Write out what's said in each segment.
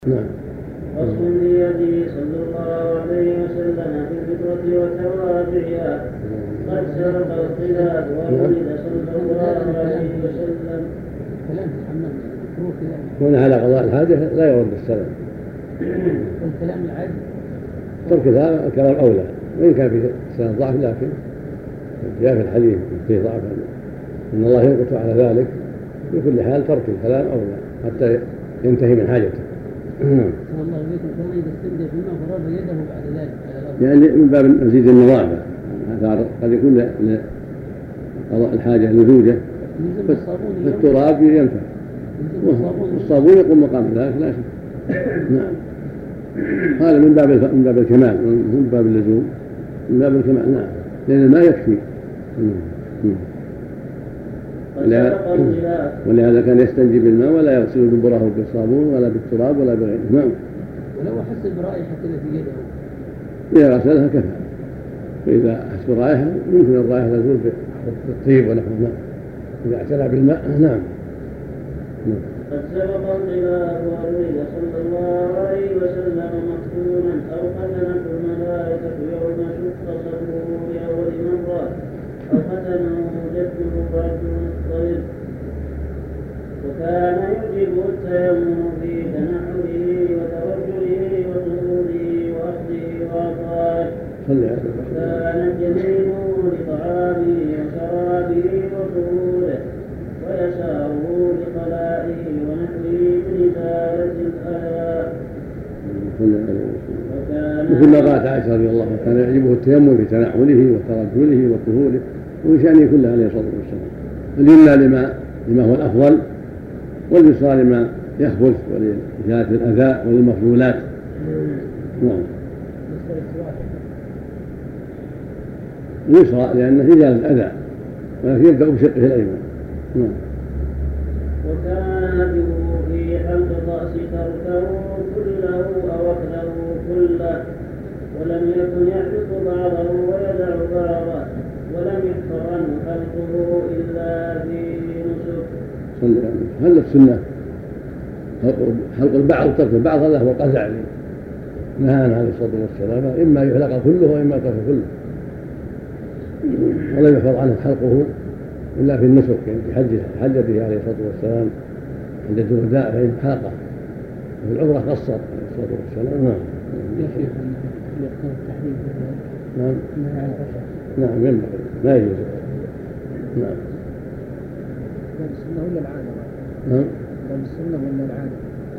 نعم. فصل بيده صلى الله عليه وسلم في الفطرة وتوابعها قد سبق الخلاف وولد صلى الله عليه وسلم. هنا على قضاء الحاجة لا يرد السلام. الكلام العادي ترك هذا الكلام أولى، وإن كان في سند ضعف لكن جاء في الحديث فيه ضعف إن الله ينقص على ذلك. في كل حال ترك الكلام أولى حتى ينتهي من حاجته. والله عليكم كما إذا استندى في الماء فرد يده بعد ذلك يعني من باب مزيد النظافة، قد يكون قضاء الحاجة لزوجة فالتراب ينفع والصابون يقوم مقام ذلك لا شك. نعم. هذا من باب الكمال، من باب اللزوم، من باب الكمال. نعم، لأن الماء يكفي. ولهذا كان يستنجي بالماء ولا يغسل دبره بالصابون ولا بالتراب ولا بغيره. نعم. ولو أحس برائحة كذا في يده إذا غسلها كفى، فإذا أحس برائحة يمكن الرائحة تزول بالطيب ونحوه. نعم. إذا اعتنى بالماء. نعم. قد سبق الخلاف وولد صلى الله عليه وسلم مختونا أو ختنته الملائكة يوم شق صدره لأول مرة أو ختنه جده رجل مضطرب، وكان يعجبه التيمم في تنحله وترجله وطهوره وأخذه وعطائه، وكان جنينه لطعامه وشرابه وطهوره ويساره لخلائه ونحوه من إزالة الأذى. مثل ما قالت عائشة رضي الله عنها كان يعجبه التيمم في تنعله وترجله وطهوره وفي شأنه كله عليه الصلاة والسلام. اليمنى لما هو الأفضل، واليسرى لما يخبث ولإزالة الأذى وللمفضولات. نعم. اليسرى لأنه إزالة الأذى، ولكن يبدأ بشقه الأيمن. نعم. وكان يجب في حلق الرأس تركه كله أو أخذه كله، ولم يكن يحلق بعضه ويدع بعضه، ولم يحفر عنه حلقه إلا في نسك. هل السنة حلق البعض وترك البعض؟ هذا هو القزع نهى عنه عليه الصلاة والسلام، إما يحلق كله وإما يترك كله، ولم يحفر عنه حلقه إلا في النسك، يعني في حجته عليه الصلاة والسلام حجة الوداع فإن حلقه، وفي العمرة قصر عليه الصلاة والسلام. نعم. يا شيخ التحديد نعم. نعم ينبغي ما يجوز. نعم. السنة ولا العادة؟ نعم. السنة ولا العادة؟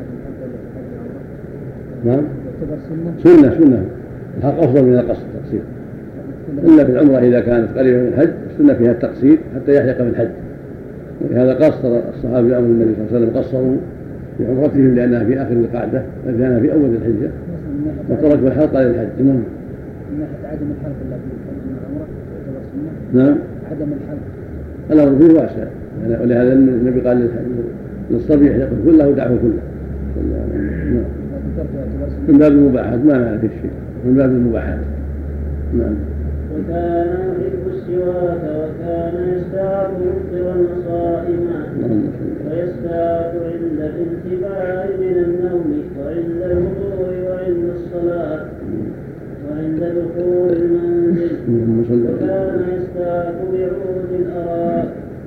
نعم. تعتبر سنة الحق أفضل من القصر التقصير، إلا في العمرة إذا كانت قريبة من الحج السنة فيها التقصير حتى يحلق من الحج، ولهذا قصر الصحابة بأمر النبي صلى الله عليه وسلم قصروا في عمرتهم لأنها في آخر القعدة وكان في أول الحجة وتركوا الحلق للحج. نعم. من ناحية عدم الحلق إلا في العمرة تعتبر سنة. نعم. عدم الحلق الأمر فيه واسع، ولهذا النبي قال للصبي يحلق كله ودعه كله. نعم. من باب المباحات ما معنى في الشيء، من باب المباحات. نعم. وكان يحب السواك وكان يستاك مفطرا وصائما، ويستاك عند الانتباه من النوم وعند الوضوء وعند الصلاة وعند دخول المنزل، وكان يستاك بعود الأراك،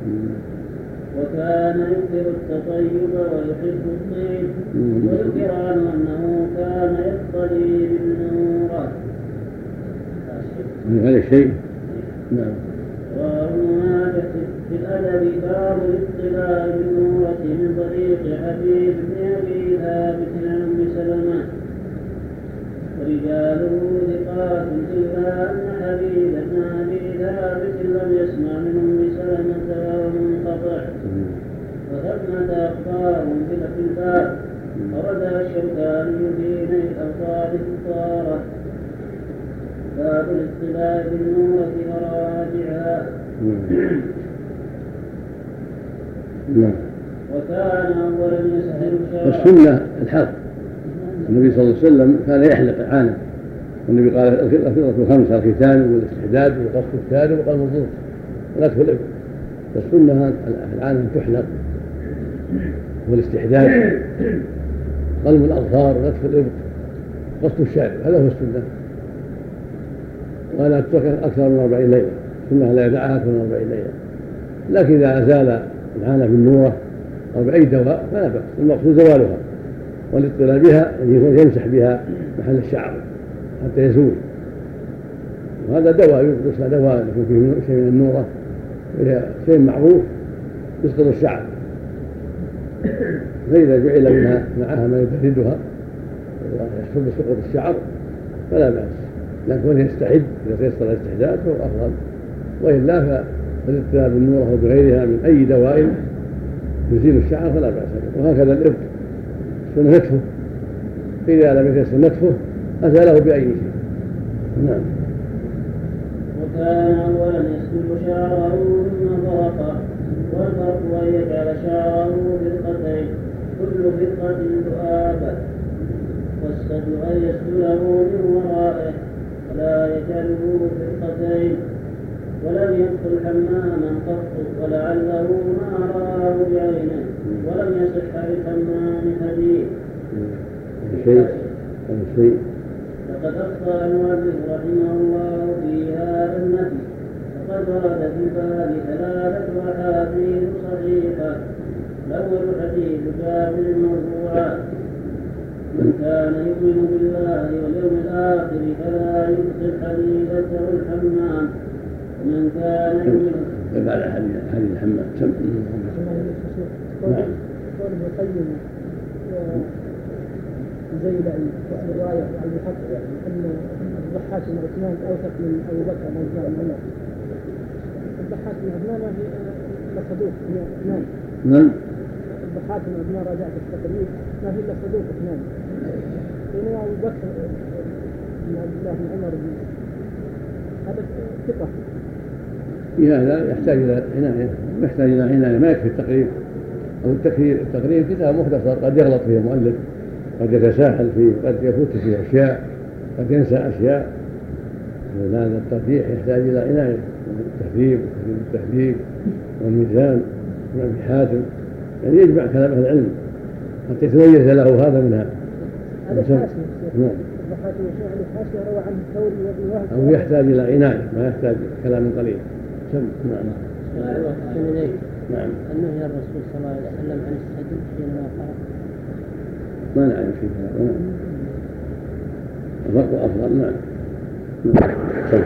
وكان يكثر التطيب ويحب الطيب، وذكر عنه أنه كان يقتدي بالنورة. هذا الشيء. نعم. وهنا في الأدب باب الاطلاع بالنورة من طريق حبيب بن أبي ثابت عن أم سلمة، ورجاله ثقات إلا أن حبيب بن أبي ثابت لم يسمع من أم سلمة وهو منقطع، وثمة أخبار في الباب وردها الشوكاني في نيل الأوطار الطارة باب الاطلاع بالنورة وراجعها. نعم. وكان أولا يسهل شرعا. والسنة الحلق، النبي صلى الله عليه وسلم كان يحلق عانه، والنبي قال الفطرة خمسة: الختان والاستحداد وقص الشارب وقلم الظهر ولا تفلق. فالسنة العانة تحلق والاستحداد قلم الأظفار ونتف الإبط قص الشارب، هذا هو السنة. ولا تترك أكثر من 40 ليلة، السنة لا يدعها أكثر من 40 ليلة. لكن إذا أزال العانة بالنورة أو بأي دواء فلا بأس، المقصود زوالها والاطلاع بها الذي هو يمسح بها محل الشعر حتى يزول. وهذا دواء يسمى دواء يكون فيه شيء من النورة، وهي شيء معروف يسقط الشعر، فإذا جعل معها ما يبردها ويحصل بسقوط الشعر فلا بأس، لكن يستعد إذا تيسر الاستحداد فهو أفضل، وإلا فالاطلاع بالنورة وبغيرها من أي دواء يزيل الشعر فلا بأس به. وهكذا الإبط سنة نتفه، إذا لم يتيسر نتفه أزاله بأي شيء. نعم. وكان أولا يسلل شعره ثم فرقه، والفرق أن يجعل شعره فرقتين كل فرقة ذؤابة، والسدل أن يسلله من ورائه ولا يجعله فرقتين. ولم يدخل حماما قط ولعله ما رآه بعينه، ولم يصح للحمام حديث. لقد أخطأ المؤلف رحمه الله في هذا النفي، فقد ورد في الباب 3 أحاديث صحيحة. الأول حديث جابر مرفوعا: من كان يؤمن بالله واليوم الآخر فلا يدخل حديثته الحمام، ومن كان يؤمن بعد حديث الحمام قول ابن القيم زي الرواية عن الحق أن الضحاك بن عثمان أوثق من أبي بكر رضي الله عنه. الضحاك بن عثمان لا صدوق اثنان. نعم. الضحاك بن عثمان راجع في التقريب ما في إلا صدوق اثنان. بينما أبو بكر بن عبد الله بن عمر هذا ثقة. في هذا يحتاج إلى عناية، ما يكفي التقريب أو التقريب كتاب مختصر قد يغلط فيه المؤلف، قد يتساهل فيه، قد يفوت فيه أشياء، قد ينسى أشياء. هذا الترجيح يحتاج إلى عناية، التهذيب والميزان وابن حاتم، يعني يجمع كلام أهل العلم حتى يتميز له هذا من هذا. هذا حاشية. نعم. حاشية روى عنه الثوري وابن وهب. أو يحتاج إلى عناية، ما يحتاج كلام قليل. نعم. نعم. أنه يا الرسول صلى الله عليه وسلم عن السجود حينما قرأ. ما نعلم فيه هذا. الفرق أفضل. نعم. بسم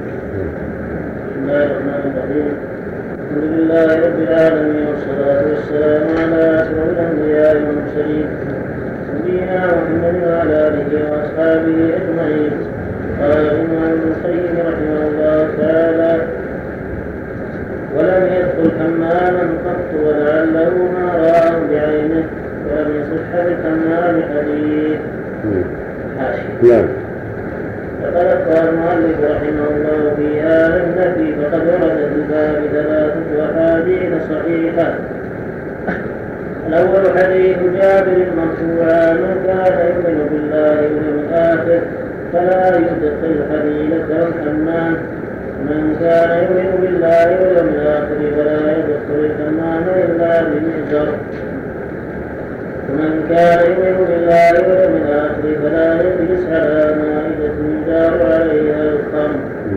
الله الرحمن الرحيم. الحمد لله رب العالمين، والصلاة والسلام على أشرف الأنبياء والمرسلين نبينا محمد وعلى آله وأصحابه أجمعين. قال الإمام ابن القيم رحمه الله تعالى: ولم يدخل حماما قط ولعله ما رآه بعينه، ولم يصح للحمام حديث. حاشية. فقد أخطأ المؤلف رحمه الله في هذا النفي، فقد ورد في الباب 3 أحاديث صحيحة. الأول حديث جابر مرفوعا: من كان يؤمن بالله واليوم الآخر فلا يدخل حديثه الحمام، من كان يؤمن بالله واليوم الآخر فلا يدخل الحمام إلا بمئزر، ومن كان يؤمن بالله واليوم الآخر فلا يجلس على مائدة يدار عليها الخمر.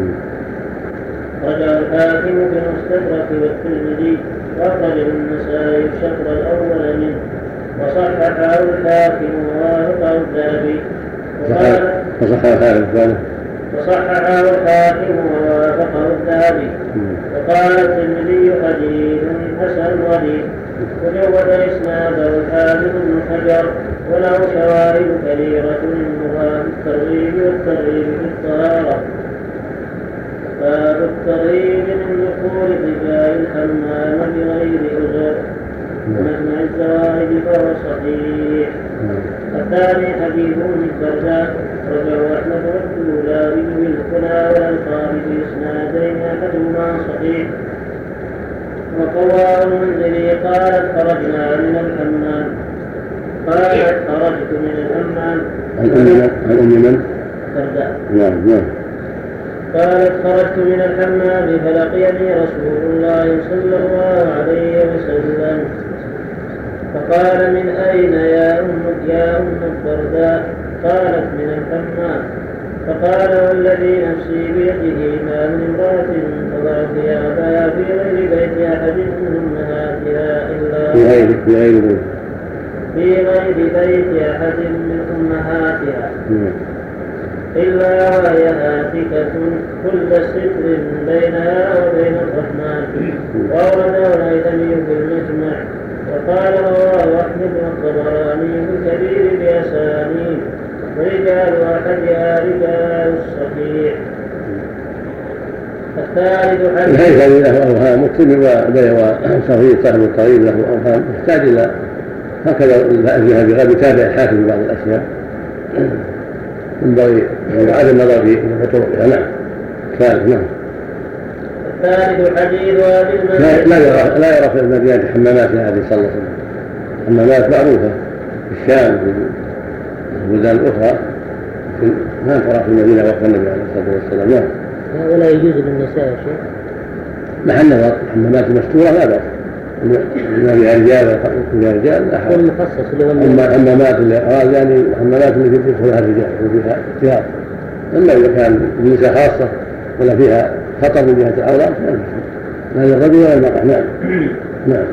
رجع الحاكم في المستدرك والترمذي، وأخرج النسائي الشطر الأول منه، وصححه الحاكم ووافقه الذهبي. وصححه الحاكم ووافقه الذهبي. وقال الترمذي: حديث حسن غريب، وجود إسناده الحافظ بن حجر، وله شواهد كثيرة منها في الترغيب والترهيب في الطهارة. باب الترغيب من دخول رجال الحمام بغير عذر ومجمع الزوائد فهو صحيح. الثاني حديث ابن الدرداء، رجعه أحمد والدولابي بالكنى والألقاب بإسنادين أحدهما صحيح. وقواه المنذري قالت: خرجنا من الحمام. قالت: خرجت من الحمام. عن أم من؟ الدرداء. نعم. قالت: خرجت من الحمام فلقيني رسول الله صلى الله عليه وسلم فقال من أين يا أم الدرداء؟ قالت من الحمام. فقال والذي نفسي بيده ما من امرأة تضع ثيابها في غير بيت أحد من أمهاتها إلا وهي آتكة كل ستر بينها وبين الرحمن. وأورده الهيثمي في المجمع وقال رواه أحمد والطبراني في الكبير بأسانيد ورجال أحدها رجال الصحيح. الثالث حديث الهيثمي له أوهام مكتب وصحيح صاحب الطريق له أوهام يحتاج إلى هكذا الأجهزة بغير يتابع الحاكم بعض الأشياء ينبغي إعادة النظر في طرقها. نعم. نعم. الثالث حديث أبي المنذر لا يرى في المدينة حمامات لهذه صلى الله عليه وسلم. حمامات معروفة في الشام في البلدان الأخرى ما ترى في المدينة وقت النبي عليه الصلاة والسلام. نعم. ولا يجوز للنساء شيء محل نظر. حمامات مستورة لا بأس من رجال لا حرج. المخصص اللي هو أما حمامات يعني حمامات اللي يدخلها الرجال وفيها اجتهاد. أما إذا كان النساء خاصة ولا فيها خطر من جهة العورات لا للرجل ولا المرأة. نعم. نعم.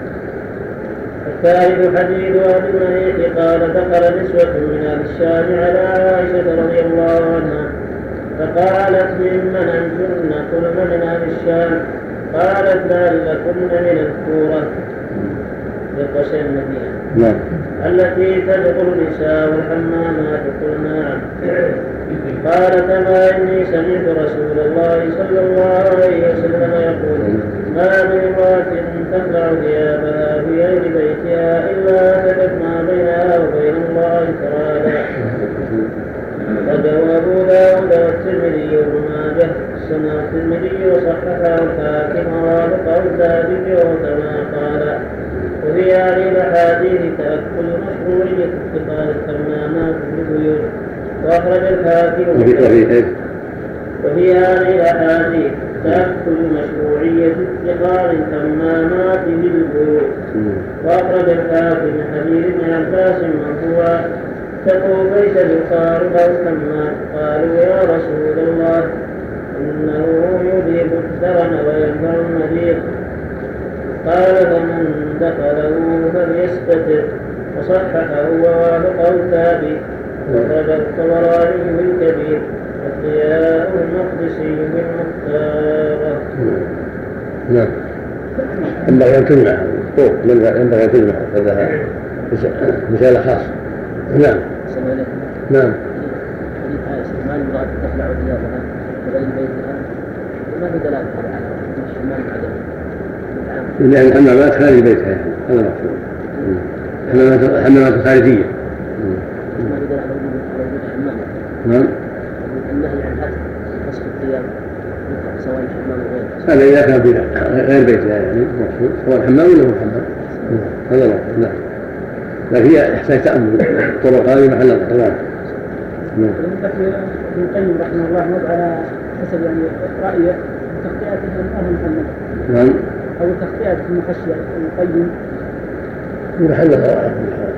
الثالث حديث أبي المليح قال دخل نسوة من أهل الشام على عائشة رضي الله عنها فقالت ممن أنتن؟ قلن من أهل الشام. قالت لعلكن من الكورة بقصر المدينة نعم. التي تدخل النساء والحمامات. قلنا نعم. قالت ما إني سمعت رسول الله صلى الله عليه وسلم يقول ما من امرأة تخلع ثيابها في غير بيتها إلا كتب ما بينها وبين الله تعالى. وجواب داود والترمذي وابن ماجه سمع الترمذي وصححه الحاكم ووافقه الذهبي كما قال. وفي هذه الأحاديث تأكل مشروعية اتخاذ الحمامات في البيوت. وأخرج الحاكم وفي هذه الأحاديث تأكل مشروعية اتخاذ الحمامات في البيوت. وأخرج الحاكم حديث ابن عباس مرفوعا تقول ليس يقال له الحمام. قالوا يا رسول الله إنه يذهب الدرن وينفع المريض. قال فمن دخله فليستتر. وصححه ووافقه التابعي وأخرج الطبراني في الكبير والضياء المقدسي في المختار. نعم. ينبغي أن تجمع ينبغي أن تجمع هذا مسألة خاصة. نعم. نعم. حديث عائشة ما المرأة تخلع ثيابها في غير بيتها ما في دلالة على الحمام عدم لأن الحمامات خارج بيتها يعني هذا مقصود. حمامات خارجية. ما في دلالة على وجود الحمام. نعم. النهي عن حذف مسح الثياب سواء الحمام وغيره. هذا إذا كان في غير بيتها يعني مقصود سواء الحمام ولا هو الحمام. هذا مقصود. نعم. لكن هي يحتاج تأمل الطرق هذه محل الأطراف. ابن القيم رحمه الله نضع على حسب يعني رأيه تخطئته من محمد. نعم. أو تخطئة المخشية ابن القيم محل الأطراف.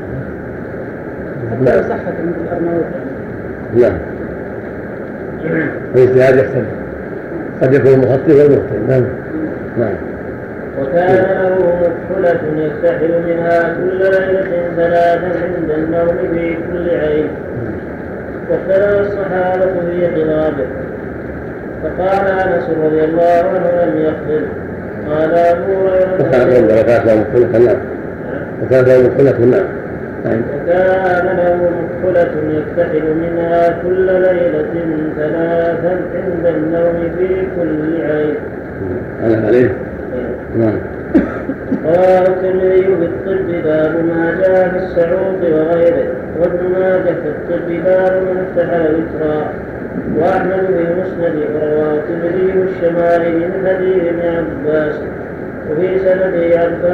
حتى صحة من الأرناؤوط. نعم. الاجتهاد يختلف قد يكون مخطئ والمخطئ. نعم. نعم. وكان له مكحلة يكتحل منها كل ليلة ثلاثا عند النوم في كل عين. واختلف الصحابة في خضابه فقال أنس رضي الله عنه لم يخطب. قال أبو هريرة وكان له مكحلة. وكان له مكحلة. وكان له مكحلة يكتحل منها كل ليلة ثلاثا عند النوم في كل عين. هذا عليه. نعم. رواه الترمذي في الطب باب ما جاء في السعوط وغيره. وابن ماجه في الطب باب من افتحل الإسراء. وأحمد في المسند ورواه الترمذي في الشمائل من حديث ابن عباس. وفي سنده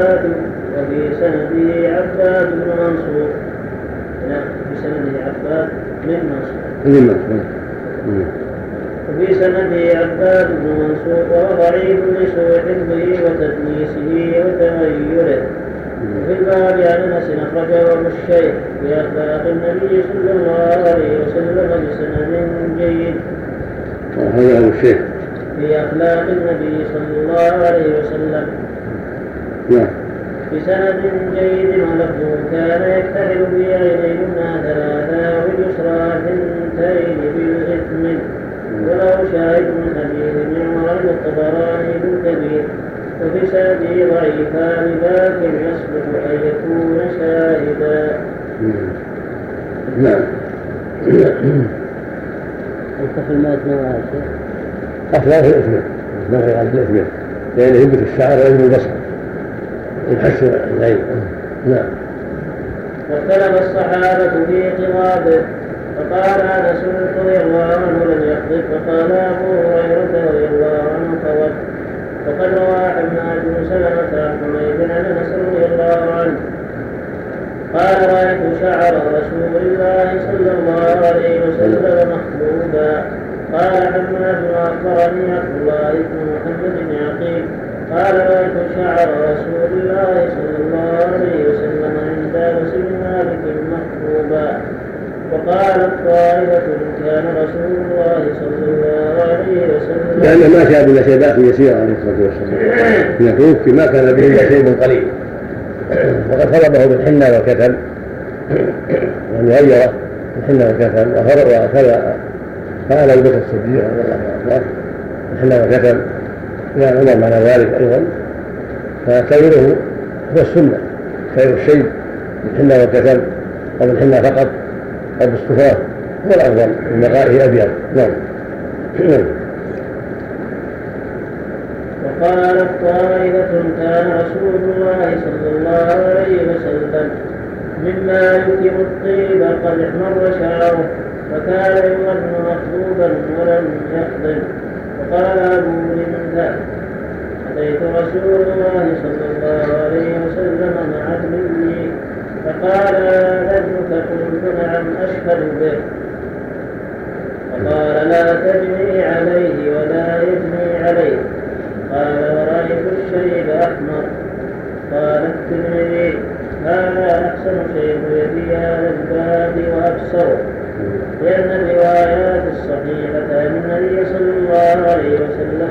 عباد بن منصور. في سنده عباد بن منصور. وفي سنده عباد بن منصور وهو ضعيف لسوء حفظه وتدليسه وتغيره. وفي الباب عن انس اخرجه ابو الشيخ في اخلاق النبي صلى الله عليه وسلم بسند جيد. وهذا ابو الشيخ في اخلاق النبي صلى الله عليه وسلم بسند جيد ولفظه كان يكتحل بعين اليمنى ثلاثا واليسرى ثنتين بالاثم. وله شاهد من حديث عمر الطبراني بالكبير وفي سنده ضعيفان لكن يصلح ان يكون شاهدا. نعم. الكف الموت نوع الشيخ أخلاق الإثم نوع الإثم لأنه ينبت الشعر ويجب البصر يحسن العين. نعم. واختلف الصحابة في قضابه فقال انس رضي الله عنه لم يقضب وقال ابو هريرة رضي الله عنه قضب. وقد روى حماد بن سلمة عن حميد عن انس رضي الله عنه قال رايت شعر رسول الله صلى الله عليه وسلم مخلوبا. قال حماد واخبرني عبد الله بن محمد بن عقيل قال رايت شعر رسول الله صلى الله عليه وسلم عند انس بن مالك مخلوبا. وقالت طائفة كان رسول الله صلى الله عليه وسلم لأن ما شاء بلا شيبات يسيرة عليه الصلاة والسلام إذا توفي ما كان به إلا شيء قليل وقد طلبه بالحنة والكتم يعني غيره بالحنة والكتم وأخذ فعل أبو بكر الصديق رضي الله عنه بالحنة والكتم كان عمر معنى ذلك أيضا. فكيره هو السنة كير الشيب بالحنة والكتم أو بالحنة فقط أو بالصفاة هو الأفضل من بقائه أبيض. نعم. وقالت طائفة كان رسول الله صلى الله عليه وسلم مما يكر الطيب قد احمر شعره وكان يظن مخضوبا ولم يخضب. وقال أبو لمنذر أتيت رسول الله صلى الله عليه وسلم مع ابني فقال ابنك قلت نعم أشهد به. فقال لا تجني عليه ولا يجني عليه. قال ورأيت الشيب أحمر. قال الترمذي هذا أحسن شيء في هذا الباب وأبصره لأن الروايات الصحيحة أن النبي صلى الله عليه وسلم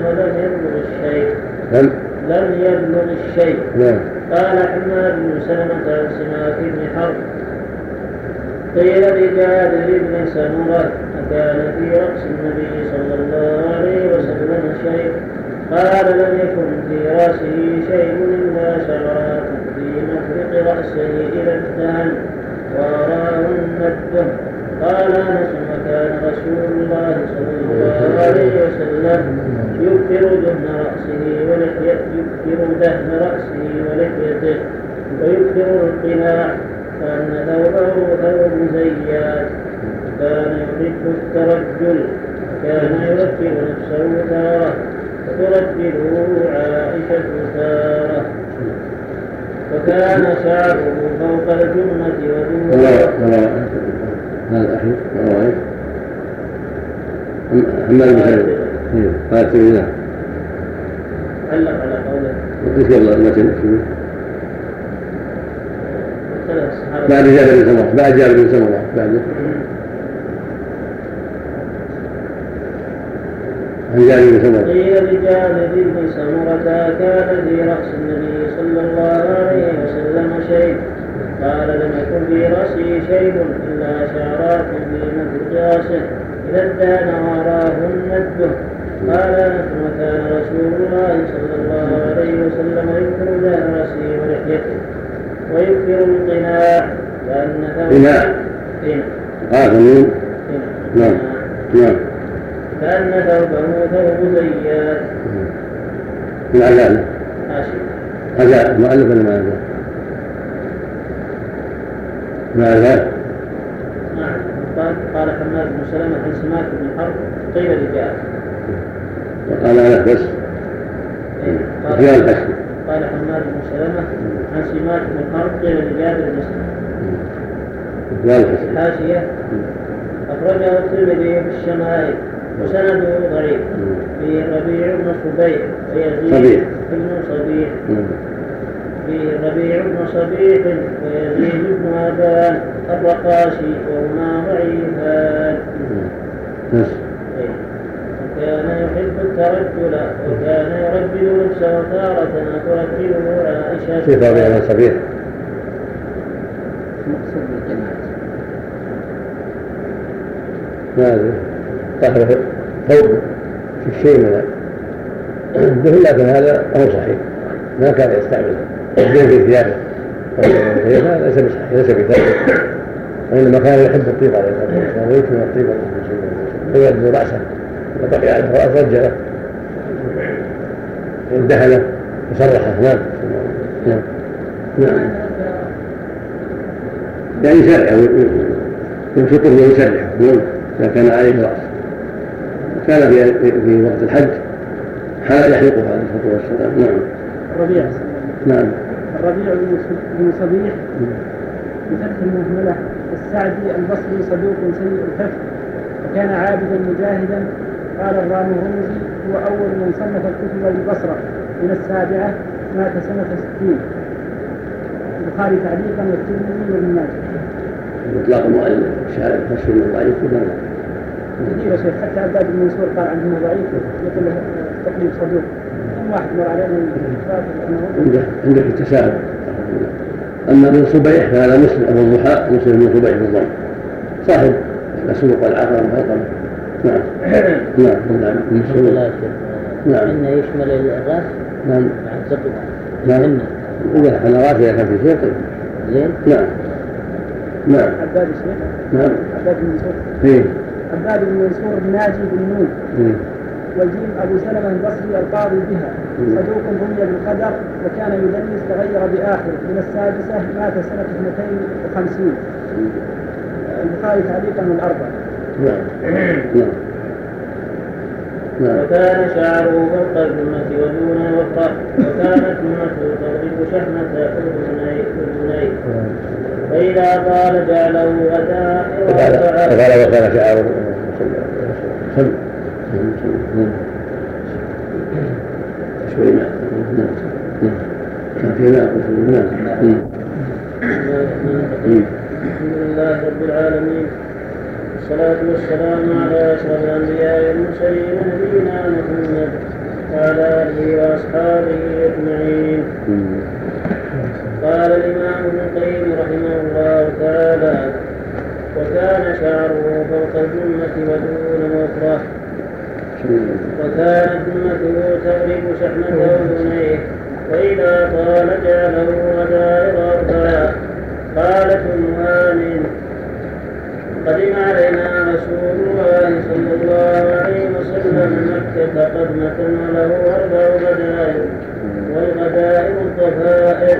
لم يبلغ الشيء. قال حماد بن سلمة عن سماك بن حرب قيل لجابر بن سمرة أكان في رأس النبي صلى الله عليه وسلم شيء؟ قال لم يكن في رأسه شيء إلا شعرات في مفرق رأسه إلى الدهن وأراه الندب. قال أنس وكان رسول الله صلى الله عليه وسلم يكثر دهن رأسه ولحيته ويكثر القناع كأن ثوبه ثوب زيات. كان يحب الترجل كان يرجل نفسه تارة وترجله عائشة تارة. وكان شعره فوق الجنة ودونه. هذا أخي حماد بن سلمة قال الترمذي علق على قوله ايش والله المتن بعد جابر بن سمرة بعده عن جابر بن سمرة قيل لجابر بن سمرة كان في رأس النبي صلى الله عليه وسلم شيء؟ قال لم يكن في رأسه شيء إلا شعرات في مفرق رأسه إذا ادان وأراه الندب. قال أنس وكان رسول الله صلى الله عليه وسلم يكثر دهن رأسه ولحيته ويكثر القناع كأن ثوبه ثوب زيات. من عزاله هذا مؤلف ولا ما هذا؟ ما عزاله. قال حماد بن سلمة عن سماك بن حرب قيل لجابر. وقال أنا بس قال حماد بن سلمة عن سماك بن حرب قيل لجابر بن سلمة. الحاشية أخرجه الترمذي في الشمائل وسنده ضعيف فيه ربيع بن صبيح ويزيد بن صبيح فيه الربيع بن صبيح ويزيد بن أبان الرقاشي وهما ضعيفان. وكان يحب الترجل وكان يرجل نفسه تارة وترجله عائشة. كيف الربيع بن صبيح؟ مقصود بالجماعة. ما أدري طهر ثوب في شيء من الدهن، لكن هذا هو صحيح، ما كان يستعمل الدهن في ثيابه هذا ليس بصحيح، ليس بثابت، وإنما كان يحب الطيب عليه الصلاة والسلام ويكثر الطيب فيعد رأسه وبقي عليه رأس رجله اندهنه وسرحه. نعم نعم يعني يسرحه يمسكه ويسرحه إذا كان عليه رأس. كان في وقت الحج يحلقه عليه الصلاة والسلام. نعم. الربيع. نعم. الربيع بن صبيح بفتح المهملة السعدي البصري صدوق سيء الحفظ وكان عابدا مجاهدا. قال الرامهرمزي هو أول من صنف الكتب بالبصرة من 7 مات سنة 60. البخاري تعليقا والترمذي وابن ماجه. إطلاق مؤلف شاعر خشي من ضعيف ولا كثير يا شيخ، حتى عباد بن منصور قال عنه ضعيف يقول له تقليد صدوق. كم واحد مر علينا عندك التساهل. أما ابن صبيح فهذا مسلم أبو الضحى مسلم بن صبيح بن ضم صاحب السوق والعقل والحلقة. نعم نعم نعم إنه يشمل الرأس. نعم مع الصدق. نعم إذا حلقات إذا كان في شيء طيب. زين. نعم نعم عباد الشيخ. نعم عباد بن منصور. فيه عباد بن منصور ناجي بن نون. والجيم أبو سلمة البصري القاضي بها صدوق رمي بالقدر وكان يدنس تغير بآخر من 6 مات سنة 52. البخاري تعليقا من 4. وكان شعره فوق الجمة ودون وفرة وكانت جمته تضرب شحمة أذنيه فإذا قال جعله غداء وقال وكان شعره شوي ما كان في ماء. الحمد لله رب العالمين والصلاة والسلام على أشرف الأنبياء والمرسلين نبينا محمد وعلى آله وأصحابه أجمعين. قال الإمام ابن القيم رحمه الله تعالى وكان شعره فوق الجمة ودون وفرة وكانت جمته تغرب شحمة أذنيه وإذا طال جعله غدائر 4. قالت أم هانٍ قدم علينا رسول الله صلى الله عليه وسلم مكة قدمة وله 4 غدائر والغدائر الضفائر.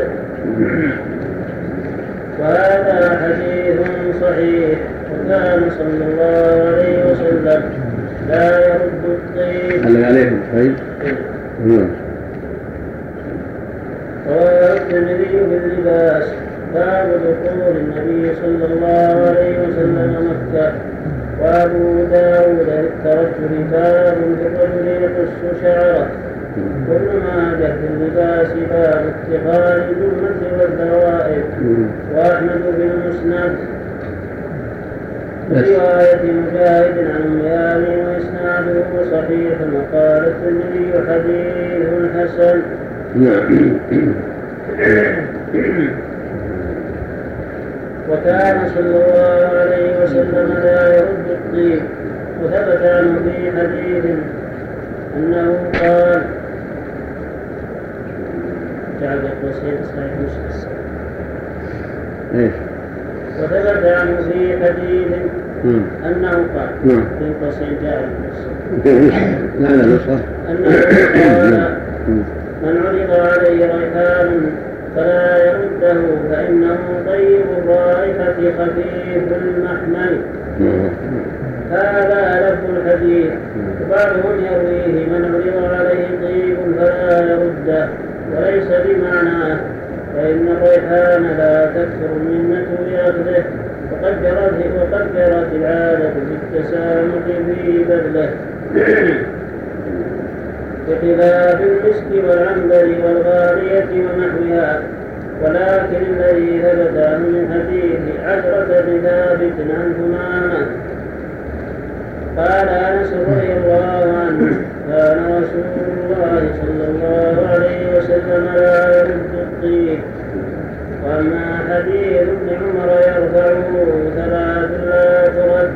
وهذا حديث صحيح. وكان صلى الله عليه وسلم لا يرد الطيب. هل عليكم خير؟ رواه الترمذي في اللباس باب دخول النبي صلى الله عليه وسلم مكة. وابو داود للترجل باب في الرجل يقص شعره. وابن ماجه في اللباس باب اتخاذ الجمة والدوائر. واحمد بن المسند رواية مجاهد عن ميامن وإسناده صحيح. وقال الترمذي حديث حسن. وكان صلى الله عليه وسلم لا يرد الطيب. وثبت عنه في حديث أنه قال جعل قوسين صحيح مسلم. وثبت عنه في حديث أنه قال في قوسين جعل أنه قال من عرض عليه ريحان فلا يرده فإنه طيب الرائحة خفيف المحمل. هذا لفظ الحديث. وبعضهم يرويه من عرض عليه طيب فلا يرده وليس بمعناه فإن الريحان لا تكثر المنة بأخذه وقد جرت العادة بالتسامح في بذله بخلاف المسك والعنبر والغالية ونحوها ولكن الذي ثبت عنه من حديث عشرة بن ثابت عن ثمامة قال أنس رضي الله عنه كان رسول الله صلى الله عليه وسلم لا يرد الطيب. وأما حديث ابن عمر يرفعه ثلاث لا ترد: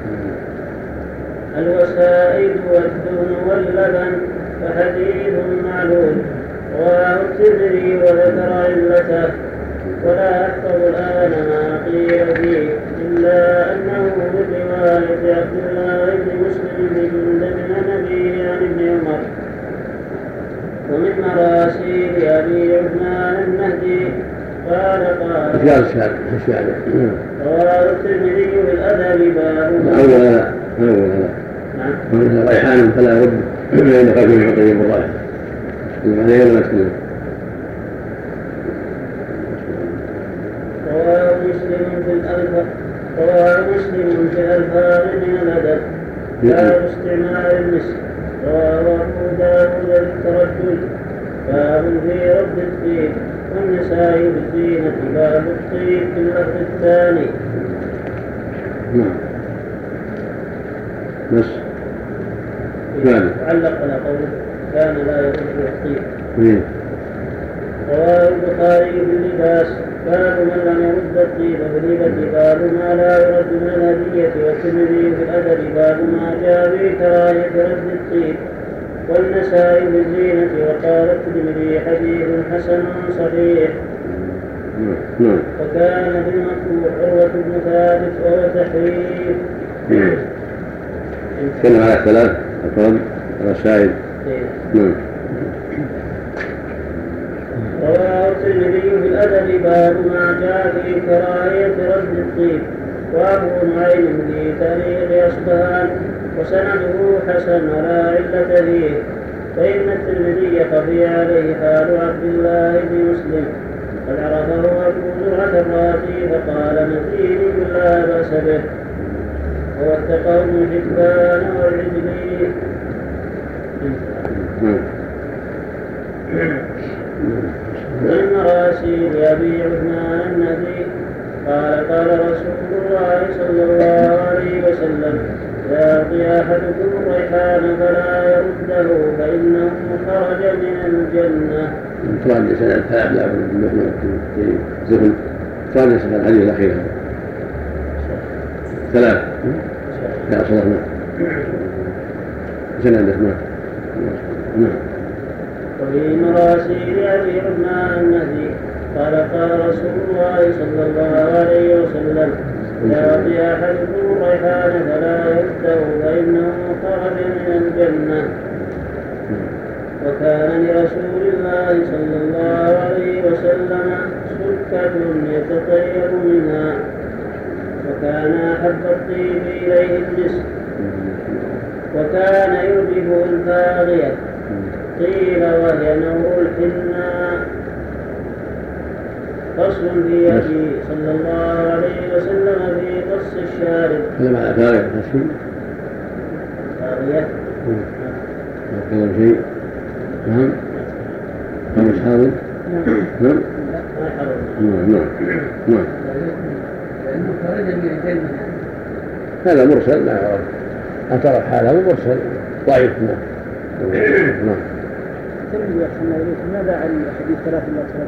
الوسائد والدهن واللبن، فحديث معلول. رواه الترمذي وذكر علته، ولا أحفظ الآن ما قيل فيه إلا أنه من رواية عبد الله بن مسلم بن جندب عن أبيه عن ابن عمر. ومن مراسيل أبي عثمان النهدي قال رواه الترمذي في الأدب باب ريحان فلا يرد بين قلبه وطيب الرائحة عليه ولا يسلم. رواه مسلم في الألفاظ من الأدب باب استعمال المسك. رواه أبو داود بالتردد باب في رد الطيب. والنسائي بالزينة باب الطيب في اللفظ الثاني. بس علق على قوله كان لا يرد الطيب. رواه البخاري باللباس باب من لم يرد الطيب بالهبة باب ما لا يرد من الهدية. والترمذي في الأدب باب ما جاء في كراهية رد الطيب. والنسائي بالزينة. وقال الترمذي حديث حسن صحيح. وكان في المكروه عروة بن ثابت وهو تحريف. كان على ثلاث أقرب رسائل. رواه الترمذي في الأدب باب ما جاء في كراهية رد الطيب. وأبو نعيم في تاريخ أصبهان وسنده حسن ولا علة فيه. فإن الترمذي خفي عليه حال عبد الله بن مسلم قد عرفه أبو زرعة الرازي فقال متين لا بأس به. ووثقه ابن حبان والعجلي. من مراسيل أبي عثمان النهدي قال قال رسول الله صلى الله عليه وسلم لا يعطي أحدكم الريحان فلا يرده فإنه خرج من الجنة. تراجع سنة الثلاث لا في زفن تراجع سنة الحديث الأخير ثلاث لا صلحنا سنة الأسماء. وفي مراسيل أبي عثمان النهدي قال قال رسول الله صلى الله عليه وسلم لا يعطي أحدكم الريحان فلا يرده فإنه خرج من الجنة. وكان لرسول الله صلى الله عليه وسلم سكة يتطير منها. وكان أحب الطيب إليه المسك. وكان يعجبه الباغية قيل وهي نور الحناء. فصل في يدي صلى الله عليه وسلم في قص الشارب. هذا معنى باغية باغية هذا شيء. نعم خمس حاضر. نعم نعم هذا مرسل لا يعرف اعترف حاله مرسل ضعيف. نعم ماذا عن حديث ثلاث لا ترد؟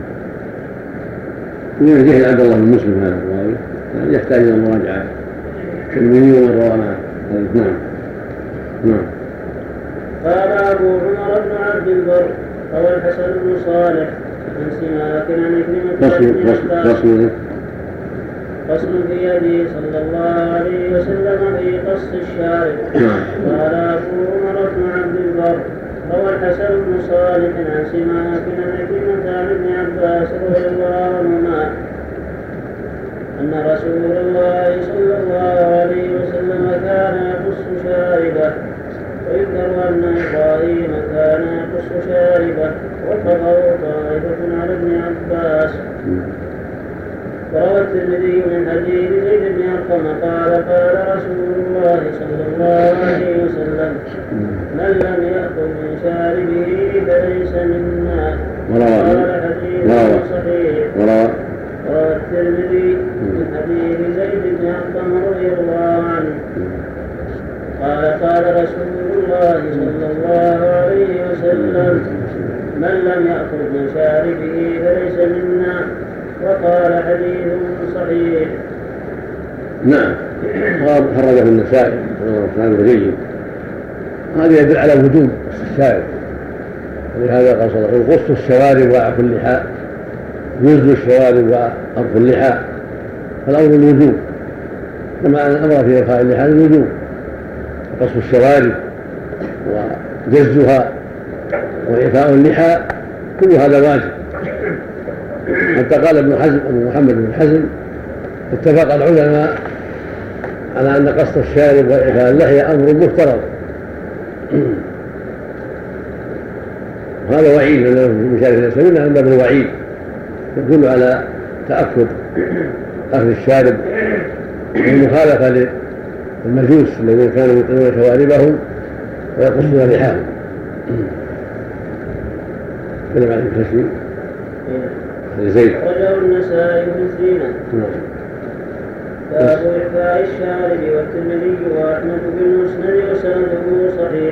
من جهل عبد الله بن مسلم هذا الراوي يحتاج الى مراجعه الترمذي ومن روى معه. نعم. قال أبو عمر بن عبد البر روى الحسن بن صالح عن سماك عن عكرمة فصل في يدي صلى الله عليه وسلم في قص الشارب. قال أبو عمر بن عبد البر روى الحسن بن صالح عن سماك عن عكرمة عن ابن عباس رضي الله عنهما أن رسول الله صلى الله عليه وسلم كان يقص شاربه. ويذكر أن إبراهيم كان يقص شاربه وفقه طائفة على ابن عباس. وروى الترمذي من حديث زيد بن أرقم قال قال رسول الله صلى الله عليه وسلم من لم يأكل من شاربه فليس منا. قال حديث صحيح. شاربه فليس منا. وقال حديث صحيح. نعم. خرجه النسائي وهو جيد. هذا يدل على وجوب الشارب، ولهذا قال صلى الله عليه وسلم: قص الشوارب وعف اللحى، جز الشوارب وعرف اللحى. فالأمر الوجوب، كما أن الأمر في إرخاء اللحى الوجوب، قص الشوارب وجزها وإعفاء اللحى كل هذا واجب. حتى قال ابن حزم أبو محمد بن حزم: اتفق العلماء على أن قص الشارب وإعفاء اللحية أمر مفترض. وهذا وعيد من شارع الإسلام، إنه من باب الوعيد يدل على تأكد أخذ الشارب والمخالفة للمجوس الذين كانوا يطلون شواربهم ويقصون لحاهم. كلام عليه التشريع زيد. أخرجه النسائي في الزينة. باب إعفاء الشارب، والترمذي وأحمد بالمسند وسنده صحيح.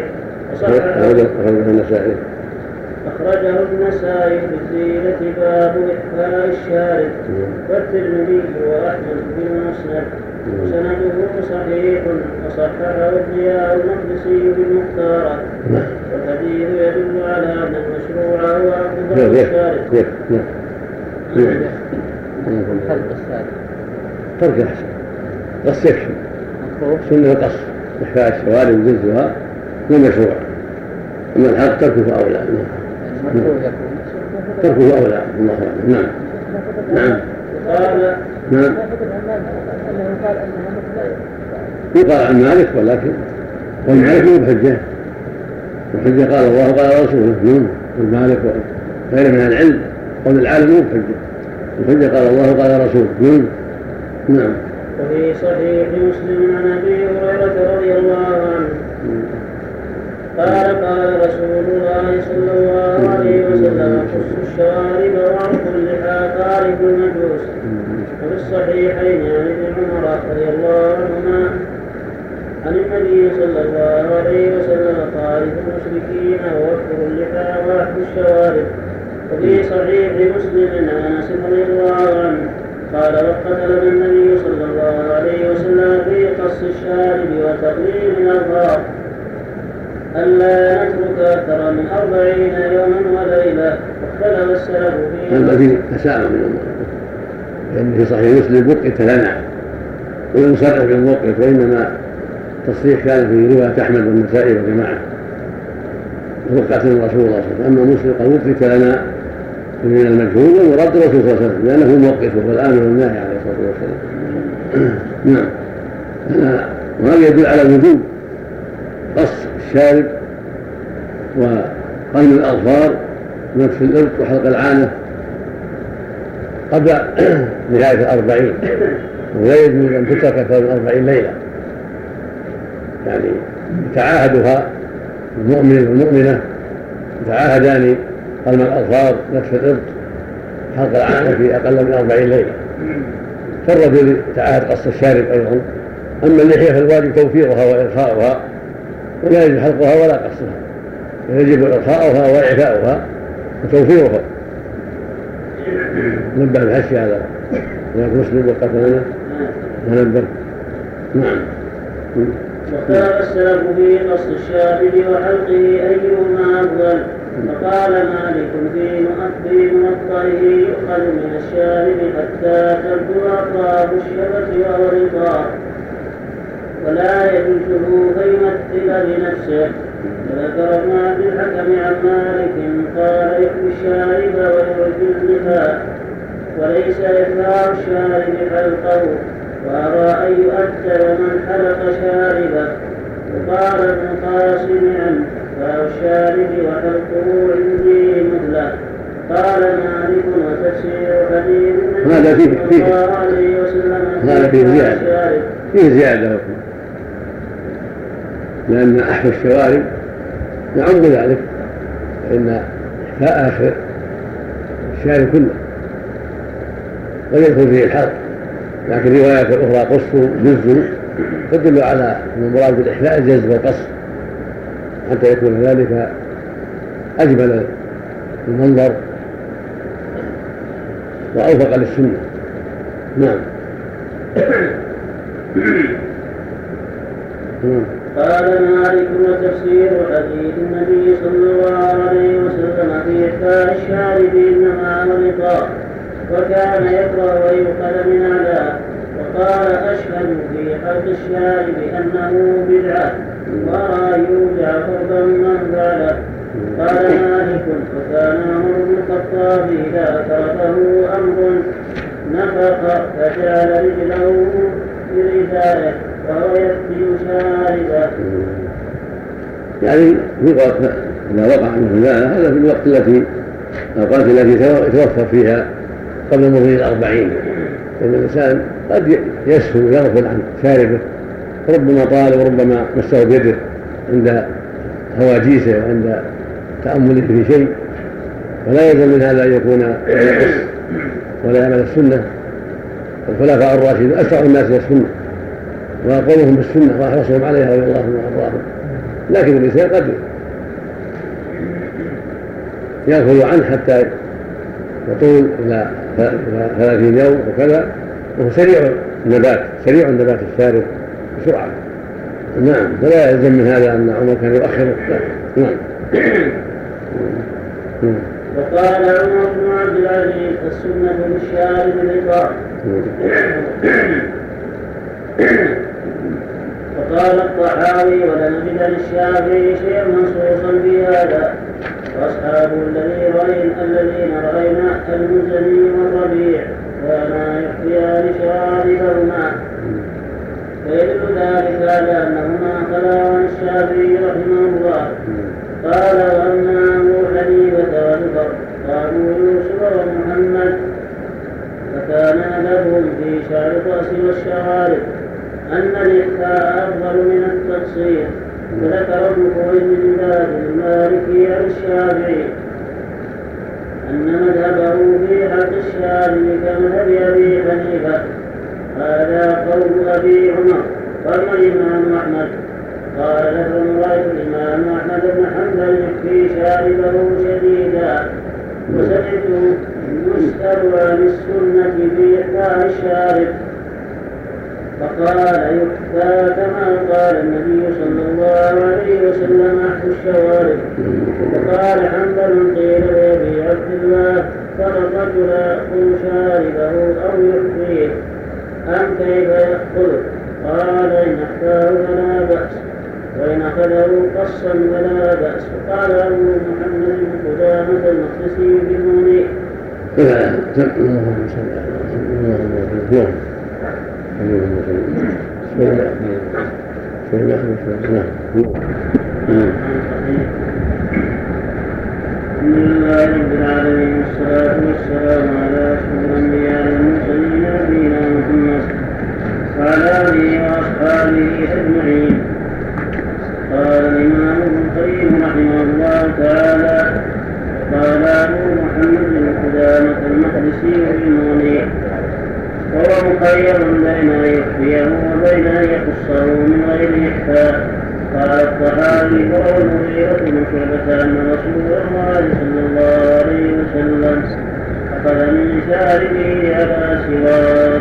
أخرجه النسائي في الزينة باب إعفاء الشارب، والترمذي وأحمد بالمسند وسنده صحيح. وصححه الضياء المقدسي بالمختارة. والحديث يدل على أن المشروع هو أخذ الشارب. ترك أحسن، قص يكفي، سنة القص إحفاء الشوارب وجزها هو مشروع، أما الحق تركه أولى. تركه أولى، الله أعلم. نعم. نعم. نعم. يقال عن مالك، ولكن مالك مو بحجة، الحجة قال الله قال رسوله. نعم. مالك غير من العلم قول العالم مو بحجة، الحجة قال الله قال رسوله. نعم. وفي صحيح مسلم عن ابي هريره رضي الله عنه قال قال رسول الله صلى الله عليه وسلم: قص الشوارب وعرف اللحى تعرف المجوس. وفي الصحيحين عن ابن عمر رضي الله عنهما عن النبي صلى الله عليه وسلم: تعرف المشركين ووفر اللحى وعرف الشوارب. وفي صحيح مسلم عن انس رضي الله عنه قال: وقد لنا النبي صلى الله عليه وسلم في قص الشارب وتقليل الأظفار ألا نترك أكثر من 40 يوما وليلة. واختلف السلف فيه. هذا فيه تساؤل من الله، لأن في صحيح مسلم وقت لنا ولم يصرح بالوقت، وإنما تصريح كان في رواية أحمد والنسائي وجماعة وقعت من رسول الله صلى الله عليه وسلم. أما مسلم قال: وقت لنا من المجهول، والمراد الرسول صلى الله عليه وسلم لأنه موقفه والآمر والناهي عليه الصلاة والسلام. نعم. وهذا يدل على وجوب قص الشارب وقلم الأظفار ونتف الإبط وحلق العانة قبل نهاية 40، ولا يجوز أن تترك أكثر من 40 ليلة. يعني يتعاهدها المؤمن والمؤمنة، يتعاهدان قلم الأظفار نتف الإبط حلق العانة في أقل من 40 ليلة. فالرجل يتعاهد قص الشارب أيضا. أما اللحية فالواجب توفيرها وإرخاؤها، ولا يجب حلقها ولا قصها، يجب إرخاؤها وإعفاؤها وتوفيرها. نبه الحشي على مسلم وقتلنا ونبه. نعم. واختار السلف في قص الشارب وحلقه أيهما أفضل. فقال مالك في موطئه: يؤخذ من الشارب حتى تبدو أطراف الشبة وهو الرقاق، ولا يجوزه فيمثل بنفسه. وذكر ابن عبد الحكم عن مالك قال: يحمي الشارب ويرجي اللحى، وليس إحفاء الشارب حلقه، وأرى أن يؤثر من حلق شاربه. وقال ابن قاسم عنه: إحفاء الشارب وحلقه عندي مثله. قال مالك: وتفسير حديث النبي صلى الله عليه وسلم هذا فيه زيادة، لأن أحفى الشوارب يعم ذلك، فإن إحفاء آخر الشارب كله ويدخل فيه الحلق. لكن روايات الأخرى قص جزء تدل على أن المراد بالإحفاء الجز والقص، حتى يكون ذلك أجمل المنظر وأوفق للسنة. نعم. قال مالك وتفسير حديث النبي صلى الله عليه وسلم في إحفاء الشارب إنما الرقاء وكان يكره ويؤخذ من أعلاه. وقال أشهد في حق الشارب أنه بدعة وأرى يوجع فرضا من فعله. قال مالك وكان عمر بن الخطاب إذا تركه أمر نفخ فجعل رجله بردائه وهو يفتي شاربه. يعني في وقت إذا وقع مثل هذا في الأوقات التي توفر فيها قبل مرور 40 فإن الإنسان قد يسهو ويغفل عن شاربه ربما طال وربما مسه بيده عند هواجيسه وعند تأمله في شيء فلا يلزم من هذا أن يكون يقص ولا يعمل السنة. الخلفاء الراشدون أسرع الناس إلى السنة وأقومهم بالسنة وأحرصهم عليها رضي الله عنهم وأرضاهم، لكن الإنسان قد يأخذ عنه حتى يطول إلى 30 يوم وكذا، وهو سريع النبات الشارب بسرعة. نعم، فلا يلزم من هذا أن عمر كان يؤخره. نعم. وقال عمر بن عبد العزيز السنة للشارب الرقاء. وقال الطحاوي ولم يجد للشافعي شيئا منصوصا في هذا. واصحابه الذين راينا المزني والربيع كانا يحييان شاربهما، فيدل ذلك على انهما خلا عن الشافعي رحمه الله. قال واما ابو حنيفه والفر قالوا يوسف ومحمد فكان لهم في شعر الراس والشوارب ان الاخفاء افضل من التقصير. فذكر ابن خويلد المالكي عن الشافعي ان مذهبه في حق الشارب كمذهب ابي حنيفه. هذا قول ابي عمر. قال الامام احمد قال له رايت الامام احمد بن حنبل يحكي شاربه شديدا وسمعته يسأل عن السنة في إحفاء الشارب فقال يحفى كما قال النبي صلى الله عليه وسلم أحفوا الشوارب. وقال حنبل قيل لأبي عبد الله ترى الرجل يأخذ شاربه أو يحفيه أم كيف يأخذه؟ قال إن أحفاه فلا بأس وإن أخذه قصا فلا بأس. وقال أبو محمد بن قدامة المقدسي بالمنيع الحمد لله رب العالمين والصلاة والسلام على أشرف الأنبياء والمرسلين نبينا محمد وعلى آله وأصحابه أجمعين. قال الإمام ابن القيم رحمه الله تعالى قال أبو محمد بن قدامة المقدسي بالمنيع وهو مخير بين أن يخفيه وبين أن يخصه من غير إخفاء. قال الطحاوي وهو المغيرة بن شعبة أن رسول الله صلى الله عليه وسلم أخذ من شاربه على سواك.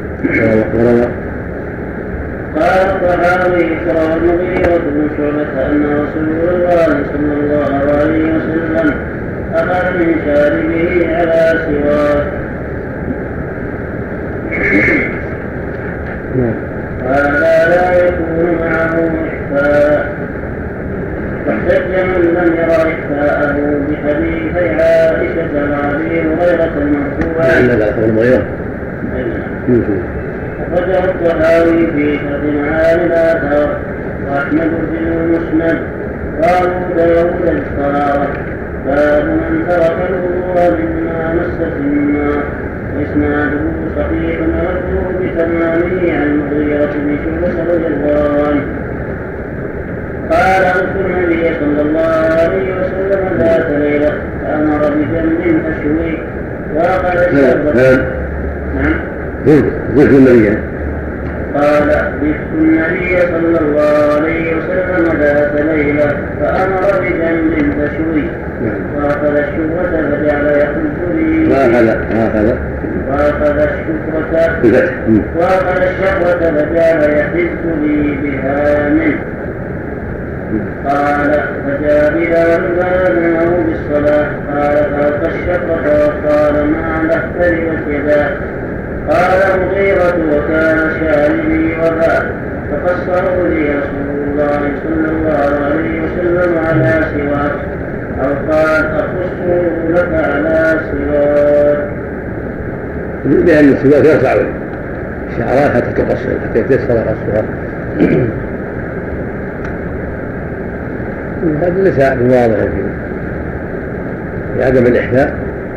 قال الطحاوي روى المغيرة بن شعبة أن رسول الله صلى الله عليه وسلم أخذ من شاربه على سواك. هذا لا يكون معه إخفاء. واحتج من لم يرى إخفاءه بحديثي عائشة وأبي هريرة المرفوعين. أخرجه الطحاوي في شرح معاني الآثار وأحمد في المسند وأبو داود الطهارة باب من ترك الوضوء مما مست النار. إسناده صحيح ورده بتمامه عن المغيرة بن شعبة رضي الله عنه قال أتى النبي صلى الله عليه وسلم ذات ليلة فأمر بجنب أشوي وأخذ الشربة. نعم. قال بث النبي صلى الله عليه وسلم ذات ليلة فأمر بجنب تشوي وأخذ الشربة فجعل يخرج به الشهوة وأخذ الشهوة فجعل يحس لي بها منه. قال فجاء بلال فأذنه بالصلاة قال فألقى الشهوة وقال ما له تربت يداه. قال مغيرة وكان شاربي وباء فقصره لي رسول الله صلى الله عليه وسلم على سواك أو قال أقصه لك على سواك. لأن السواك يرفع الشعرات حتى تقصر حتى يتيسر قصها. هذا ليس بواضح في عدم الإحياء،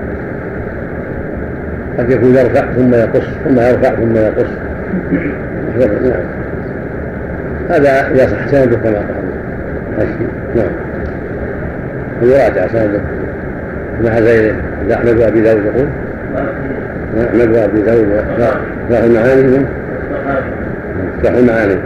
قد يكون يرفع ثم يقص ثم يرفع ثم يقص. نعم هذا إذا صح سنده كما قال. نعم ويراجع سنده مع غيره. إذا أحمد وأبي داود يقول أحمد وأبي داود له المعاني له المعاني.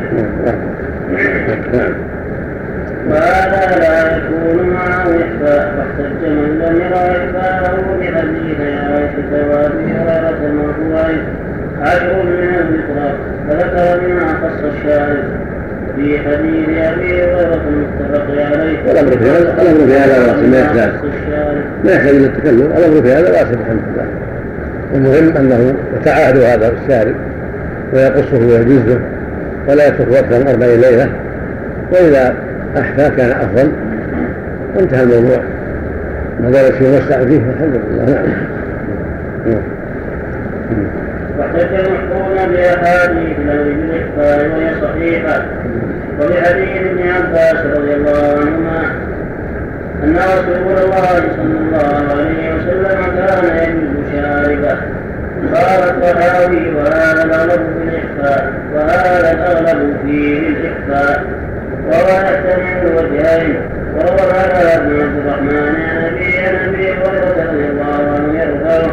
نعم وهذا لا يكون معه إخفاء واحتج من لم يرى إخفاءه بحديث عائشة وأبي هريرة مرفوعين 10 من الفطرة فذكر منها قص الشاهد في حديث أبي هريرة المتفق عليه. الأمر في هذا واسع ما يحتاج إلى التكلم. الأمر في هذا واسع الحمد لله. المهم أنه يتعاهد هذا الشارب ويقصه ويجزه ولا يترك أكثر من 40 ليلة، وإذا أحفى كان أفضل وانتهى الموضوع. ما دام الشيء يوسع فيه الحمد لله. نعم. واحتج المحكوم بأحاديث الأمر بالإخفاء وهي صحيحة. وبحديث ابن عباس رضي الله عنهما أن رسول الله صلى الله عليه وسلم كان يجوز شاربه. قال الطحاوي وهذا الأغلب بالإخفاء وهذا الأغلب فيه الإخفاء وهو يحتمل الوجهين. وروى هذا ابن عبد الرحمن عن أبي هريرة رضي الله عنه يرفعه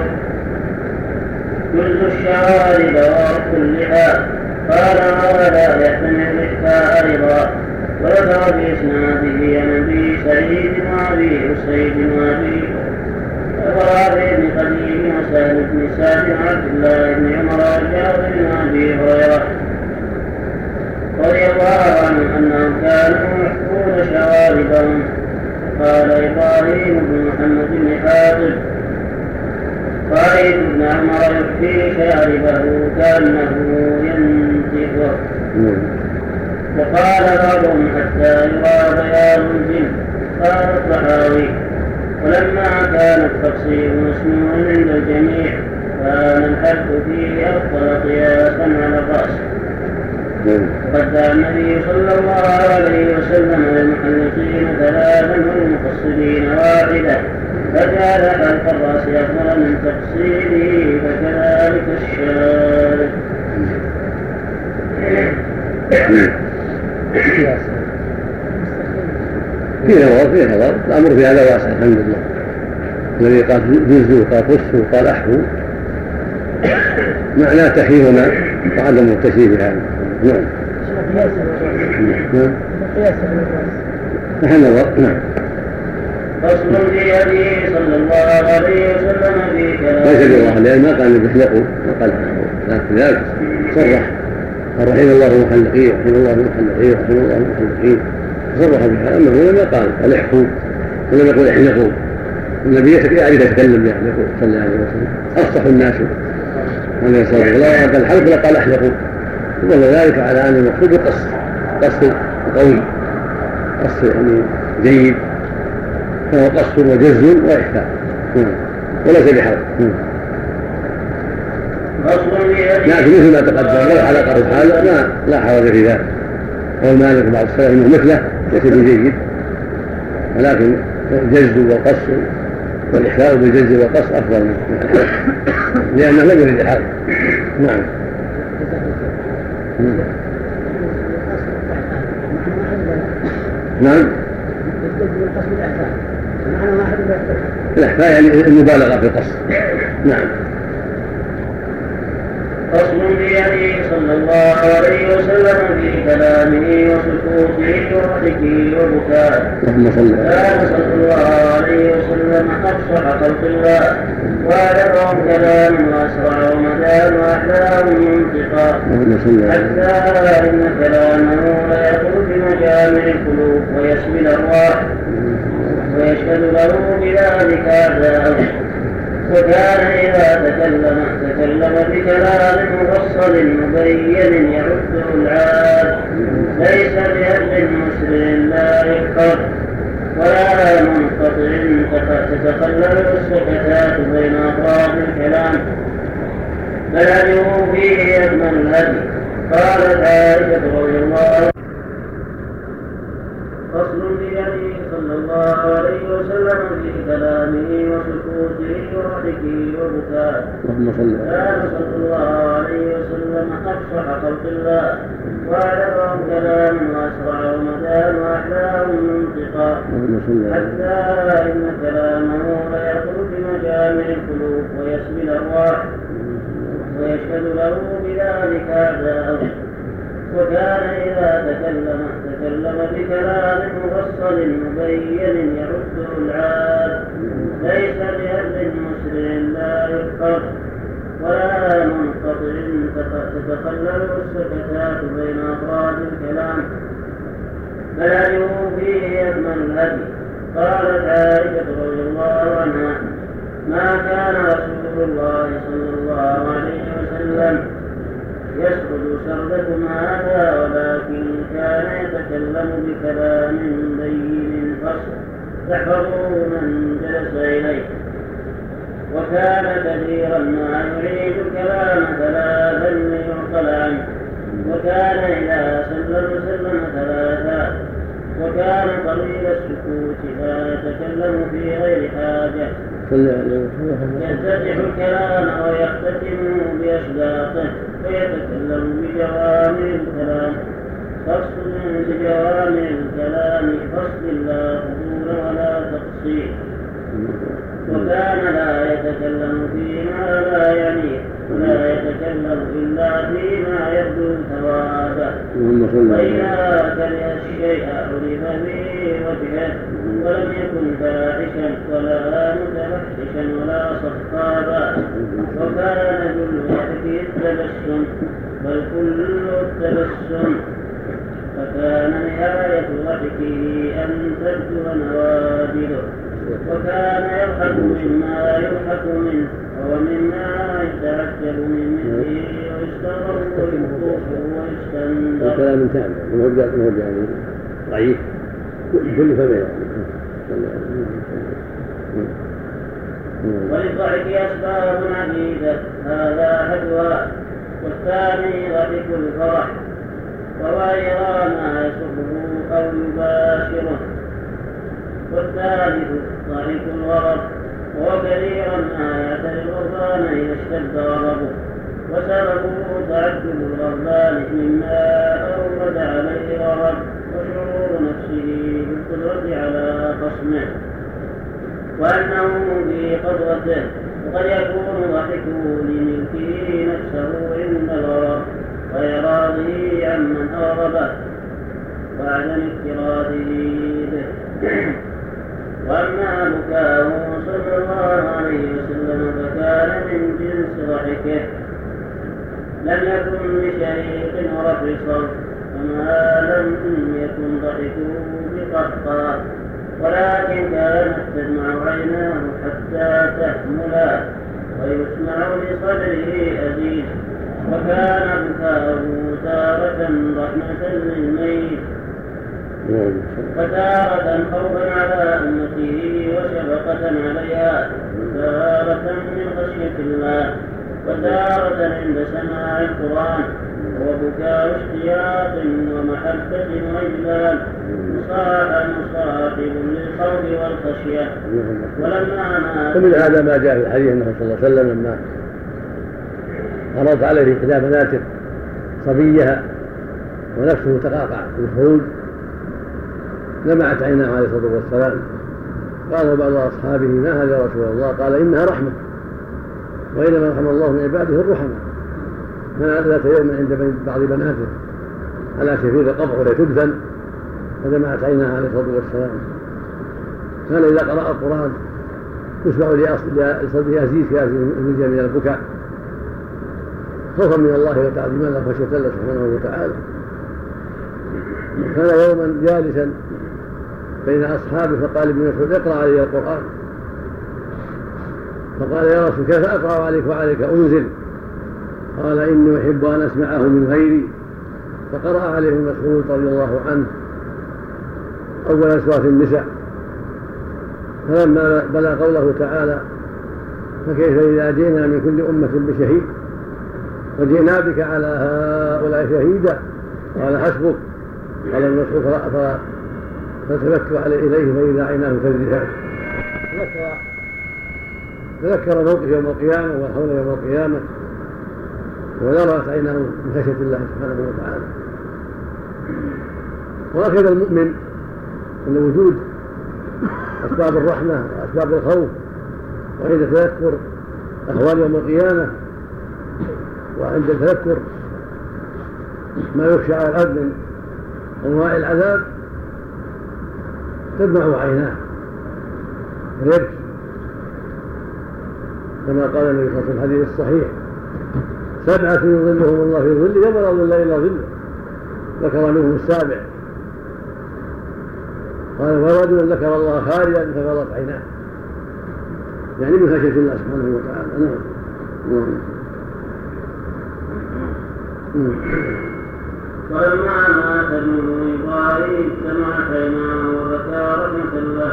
جز الشوارب وغرق اللحى. قال وهذا يحتمل الإخفاء أيضا. وذكر بإسناده عن أبي سعيد وأبي أسيد وأبي وأبي بن قديم وسهل بن سعد عبد الله بن عمر وجابر بن أبي هريرة رضي الله عنه أنهم كانوا يحكون شواربهم. قال إبراهيم بن محمد بن حاطب رأيت ابن عمر يحكي شاربه كأنه ينتفه. وقال بعضهم حتى يرى بياض الجن. قال الطحاوي ولما كان التقصير مسموعا عند الجميع كان الحد فيه أفضل قياسا على الرأس. وقد دعا النبي صلى الله عليه وسلم للمحلقين 3 والمقصرين 1 فجعل حلق الرأس أفضل من تقصيره فكذلك الشارب. فيه نظر الأمر في هذا واسع الحمد لله. الذي قال جزوا قال قصوا قال أحفوا معناه تحييهنا وعدم التشريف هذا. نعم نحن نظر. نعم فصل في هديه صلى الله عليه وسلم في كلامه ليس بالله لأن ما قال بيحلقوا وقال لكن ذلك صرح رحم الله المحلقين رحم الله المحلقين رحم الله المحلقين صرح بها. أما هنا ما قال احفوا ولم يقل احلقوا. النبي يعرف يتكلم يحلقوا صلى الله عليه وسلم أفصح الناس عليه الصلاة والسلام. لو قال الحلق لقال احلقوا. وظل ذلك على أن المقصود قص قوي قص يعني جيد فهو قص وجز وإحفاء وليس بحلق. لكن مثل ما تقدم لو حلق الحالق لا حرج في ذلك. والمالك بعض السلف انه مثله ليس بجيد ولكن الجز والقص والإحفاء بالجز والقص أفضل من الحلق لأنه لم يرد الحلق. نعم نعم الإحفاء يعني المبالغة في القص. نعم فصل في هديه صلى صلى الله عليه وسلم في كلامه وسكوته وضحكه وبكائه. كان صلى الله عليه وسلم أفصح خلق الله وأعلمهم كلاما وأسرع ومدى وأحلاهم منطقا، حتى إن كلامه ليدخل في مجامع القلوب ويشمل الأرواح ويشهد له بذلك أعداءه. وكان إذا تكلم بكلام مفصل مبين يعده العاد، ليس بهبل مسرع لا يفقه ولا منقطع تتخلل السكتات بين أطراف الكلام، بل هديه فيه أجمل الهدي. قالت عائشة رضي الله عنها: فصل بيده صلى الله عليه وسلم في كلامه وسكوته وضحكه وبكائه. كان صلى الله عليه وسلم أفصح خلق الله وأعلمهم كلاما وأسرع ومدى وأحلاهم منطقا، حتى إن كلامه ليدخل في مجامع القلوب ويشمل الأرواح ويشهد له بذلك أعداءه. وكان إذا تكلم بكلام مفصل مبين يعده العاد، ليس بهبل مسرع لا يفقه ولا منقطع تتخلل السكتات بين أطراف الكلام، بل هديه فيه أجمل الهدي. قالت عائشة رضي الله عنها: ما كان رسول الله صلى الله عليه وسلم يسرد سردكم هذا، ولكن كان يتكلم بكلام بين فصل تحفظه من جلس إليه. وكان كثيرا ما يعيد الكلام ثلاثا ليعقل عنه، وكان إذا سلم ثلاثا، وكان قليل السكوت لا يتكلم في غير حاجة، يفتتح الكلام ويختتم بأشداقه ويتكلم بجوامع الكلام. فصل بجوامع الكلام فصل لا فضول ولا تقصير. وكان لا يتكلم فيما لا يعنيه، ولا يتكلم إلا فيما يبدو ثوابه، وإذا كره الشيء عرف به وجهه، ولم يكن فاحشا ولا متفحشا ولا صخابا. وكان كل ضحكه التبسم، بل كل التبسم. فكان نهاية ضحكه أن تبدو نوادره، وكان يضحك مما يضحك منه ومما يتعجب من مثله ويستغرب ويخوف ويستندر. الكلام تام يعني ضعيف كل فم. وللضحك أسباب عديدة، هذا أحدها. والثاني ضحك الفرح، وهو يرى ما يسره أو يباشره. والثالث ضحك الغضب، وهو كثيرا ما يعتري الغضبان إذا اشتد غضبه، وسببه تعجب الغضبان مما أورد عليه غضب، وشعور نفسه بالقدرة على خصمه، وأنه في قدرته. وقد يكون ضحكه لملكه نفسه عند الغضب وإراده عمن أغضبه وعدم اكتراثه به. وأما بكاؤه صلى الله عليه وسلم فكان من جنس ضحكه، لم يكن بشهيق ورفع صوت، وما لم يكن ضحكه بقهقه، ولكن كانت تدمع عيناه حتى تهملا ويسمع لصدره أزيز. وكان بكاؤه تارة رحمة للميت، وتارة خوفا على أمته وشفقة عليها، وتارة من خشية الله، وتارة عند سماع القرآن، وبكاء اشتياق ومحبة وإجلال مصاحب للخوف والخشية. ومن هذا ما جاء في الحديث أنه صلى الله عليه وسلم لما عرض عليه إحدى بناته صبيها ونفسه تقاطع في الخروج، لمعت عيناه عليه الصلاة والسلام. قال بعض أصحابه: ما هذا يا رسول الله؟ قال: إنها رحمة، وإنما رحم الله من عباده الرحمة. كان ذات يوم عند بعض بناته على شفير القبر لتدفن فدمعت عينها عليه الصلاة والسلام. كان إذا قرأ القرآن يسمع لصدره أزيز من البكاء خوفا من الله وتعظيما له خشية الله سبحانه وتعالى. كان يوما جالسا بين أصحابه فقال ابن مسعود اقرأ علي القرآن، فقال يا رسول كيف أقرأ عليك وعليك أنزل؟ قال إني أحب أن أسمعه من غيري، فقرأ عليه ابن مسعود رضي الله عنه أول سورة النساء. فلما بلغ قوله تعالى فكيف إذا جئنا من كل أمة بشهيد وجئنا بك على هؤلاء شهيدا قال حسبك. قال ابن مسعود فالتفت إليه فإذا عيناه تذرفان. تذكر موقف يوم القيامة والحول يوم القيامة ونرت عيناه من خشية الله سبحانه وتعالى. وهكذا المؤمن أن وجود أسباب الرحمة وأسباب الخوف وعند تذكر أهوال يوم القيامة وعند تذكر ما يخشى على العبد من أنواع العذاب تدمع عيناه ويبكي كما قال النبي صلى الله عليه وسلم في الحديث الصحيح 7 يظلهم الله في ظله يوم لا ظل إلا ظله، ذكر منهم السابع قال ورجل ذكر الله خاليا ففاضت عيناه، يعني من خشية الله سبحانه وتعالى. ولما مات ابنه إبراهيم دمعت عيناه وبكى رحمة الله.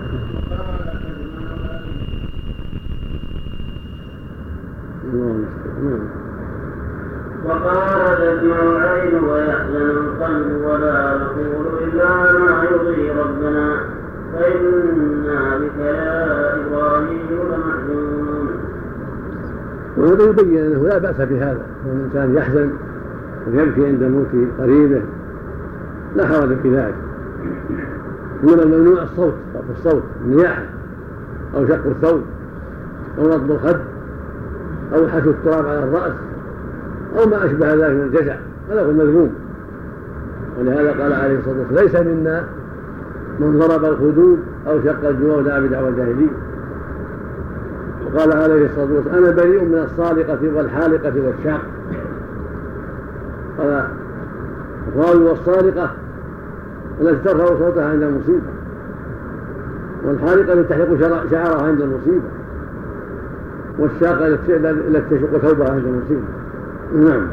وقال تدمع العين ويحزن القلب ولا نقول إلا ما يرضي ربنا فإنا بك يا إبراهيم لمحزونون. وهذا يبين أنه لا بأس بهذا، وأن الإنسان يحزن ويبكي عند موت قريبه لا حرج في ذلك، إنما الممنوع الصوت، رفع الصوت، النياحة أو شق الثوب أو نضب الخد أو حشو التراب على الرأس أو ما أشبه ذلك من الجزع، هذا هو المذموم. ولهذا قال عليه الصلاة والسلام ليس منا من ضرب الخدود أو شق الجيوب ودعا بدعوى الجاهلية. وقال عليه الصلاة والسلام أنا بريء من الصالقة والحالقة والشاق. قال الراوي والصالقة التي ترفع صوتها عند المصيبة، والحالقة التي تحلق شعرها عند المصيبة، والشاقة التي تشق ثوبها عند المصيبة. نعم.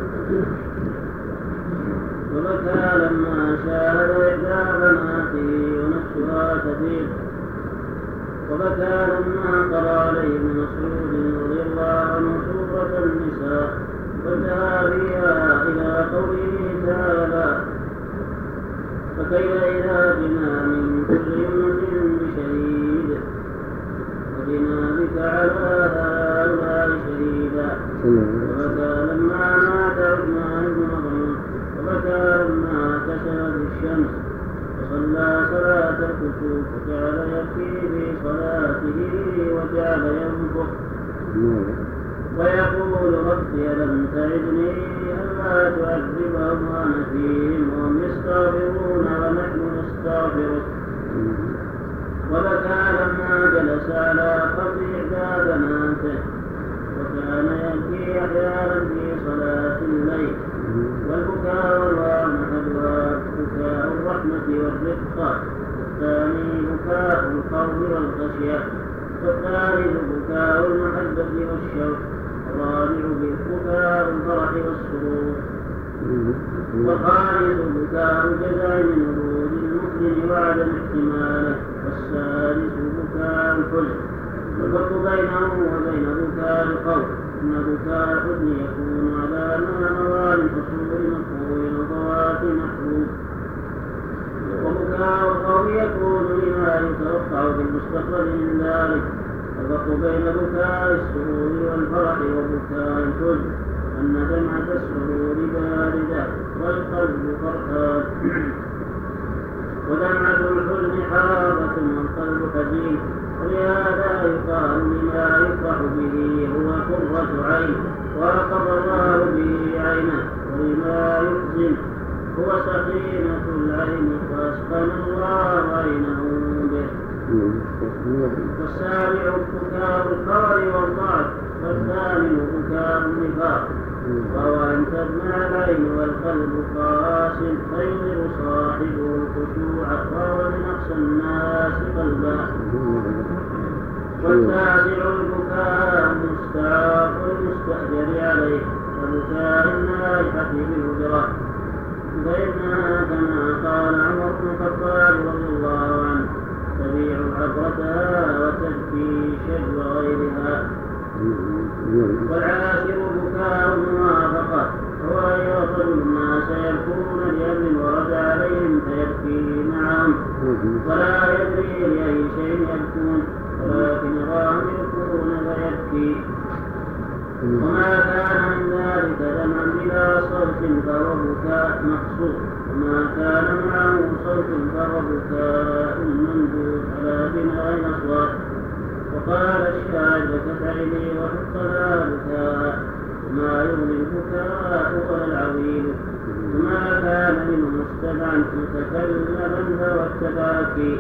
وبكى لما شاهد إحدى بناته ونفسها تفيض. وبكى لما قرأ عليه ابن مسعود رضي الله عنه سورة النساء وانتهى بها إلى قوله تعالى فكيف إذا جئنا من كل أمة بشهيد وجئنا بك على هؤلاء شهيدا. وبكى لما مات عثمان بن مظعون. وبكى لما كسرت الشمس وصلى صلاة الكسوف وجعل يبكي في صلاته وجعل ينفخ ويقول ربي ألم تعدني ألا تعذبهم وأنا فيهم وهم يستغفرون ونحن نستغفرك. وبكى لما جلس على قبر إحدى بناته وكان يبكي أحيانا في صلاة الليل. والبكاء والله محلها بكاء الرحمة والرفقة، والثاني بكاء الخوف والخشية، والثالث بكاء المحبة والشوق، والرابع بكاء الفرح والسرور، والخامس بكاء الجزع من ورود المسلم وعدم احتماله، والسادس بكاء الحزن. والفرق بينه وبين بكاء الخوف أن بكاء الحزن يكون على نوال حصول مكروه وفوات محبوب، وبكاء الخوف يكون لما يتوقع في المستقبل من ذلك. الفرق بين بكاء السرور والفرح وبكاء الحزن أن دمعة السرور باردة والقلب فرحان، ودمعة الحزن حارة والقلب حزين. ولهذا يقال لما يفرح به هو قرة عين ورقب الله به عينه ولما يحزن هو سخيمة العين فأسقم الله عينه به. والسابع بكاء الفقر والضعف والثامن بكاء النفاق وهو أن تدمع العين والقلب قاس فيظهر صاحبه الخشوع وهو من أقسى الناس قلبا. والتاسع البكاء المستعاف المستأجر عليه وبكاء النائحة بالهجرة فإنها كما قال عمر بن الخطاب رضي الله عنه تبيع عبرتها وتبكي شجر غيرها. والعاشر بكاء الموافقة هو أن يرى الناس يبكون لأجل ورد عليهم فيبكي معهم ولا يدري لأي شيء يبكون ولكن يراهم يبكون فيبكي. وما كان من ذلك دمعا بلا صوت فهو بكاء مقصود وما كان معه صوت فهو بكاء ممدود على بناء الأصوات. وقال الشاعر كفعلي وحق لا بكاء ما يغني البكاء ولا العويل. وما كان منه مستدعا متكلما فهو التباكي.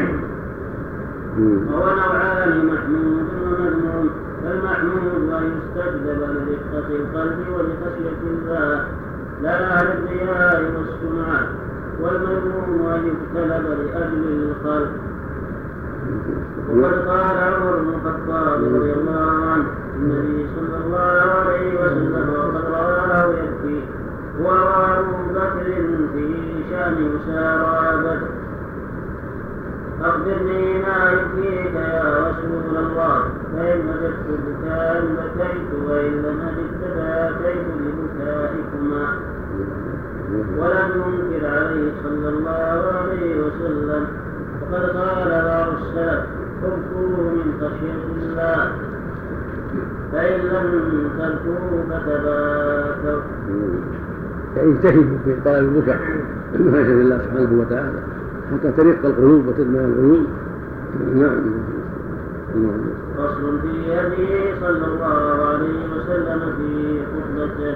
وهو نوعان محمود ومذموم. فالمحمود أن يستجلب لرقة القلب ولخشية الله لا للرياء والسمعة. والمذموم أن يجتلب لأجل الخلق. وقد قال عمر بن الخطاب رضي الله عنه النبي صلى الله عليه وسلم وقد رواه يبكي ورواه أبو بكر في شأن يسارى بدر أخبرني ما يبكيك يا رسول الله فإن وجدت بكاء بكيت وإن لم أجد فبكيت لبكائكما. ولم ينكر عليه صلى الله عليه وسلم. وقد قال بعض السلف ابكوا من خشية الله فإن لم تبكوا فتباكوا. يجتهد في طلب البكاء من خشية الله سبحانه وتعالى حتى ترق القلوب وتدمع العيون. نعم. فصل في هديه صلى الله عليه وسلم في خطبته.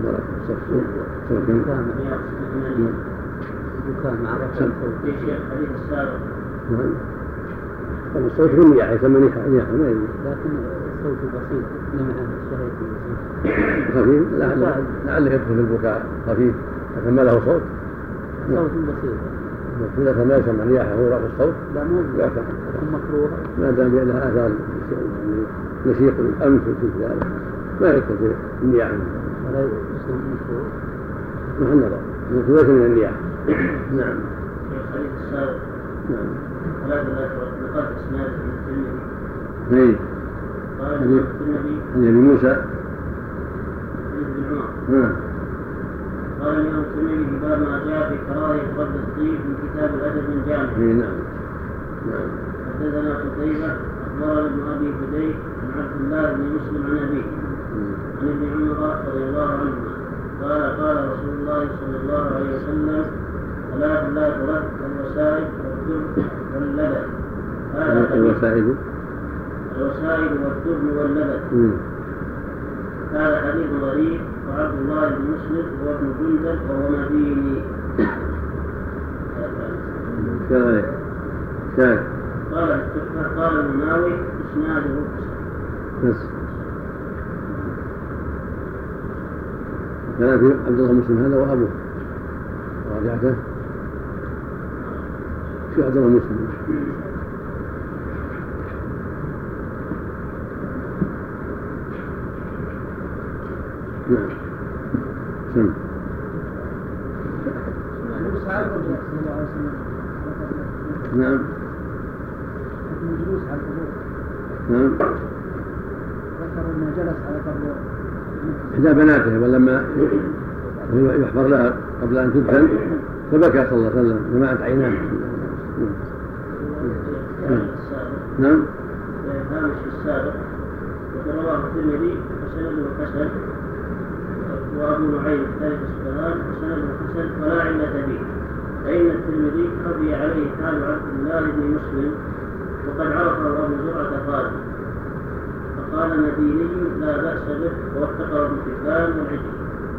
بكاء مع رفع الصوت. في شيخ حديث السابق. الصوت رمية يسمى نياحة ما يجوز. لكن الصوت البسيط لمعه الشهيد خفيف لعله يدخل في البكاء خفيف لكن ما له صوت. صوت بسيط. إذا ما يسمع نياحة هو رفع الصوت لا مو مكروه ما دام لها آثار نشيق الأنف وكل ذلك ما يدخل في النياحة. ولا يسمى مكروه. مع النظر ليس من النياحة. نعم. في الحديث السابق. نعم. ثلاثة نقاط إسناد الترمذي. قال الترمذي عن أبي موسى. بن عمر. قال الإمام الترمذي في باب ما جاء في كراهية رد الضيف من كتاب الأدب الجامع. نعم. نعم. حدثنا قتيبة أخبرنا ابن أبي فديك عن عبد الله بن مسلم عن أبيه عن ابن عمر رضي الله عنهما قال رسول الله صلى الله عليه وسلم ثلاث لا ترد الوسائد والدر واللبن. الوسائد والدر واللبن. هذا حديث غريب. وعبد الله بن مسلم هو ابن جندب وهو مديني. قال المناوي اسناده بس كان في عبد الله مسلم هذا وابوه راجعته في عبد الله مسلم. نعم. نعم. نعم. ذكر انه جلس على قبر إحدى بناته ولما يحفر لها قبل أن تدفن فبكى صلى الله عليه وسلم دمعت عيناه. نعم. هامش السابق ورواه الترمذي وسنده حسن وأبو نعيم ثالث السلام وسنده حسن ولا علة به. فإن الترمذي خفي عليه حال عبد الله بن مسلم وقد عرفه أبو زرعة قال قال مديني لا بأس به واتقى ابن حبان والعجل.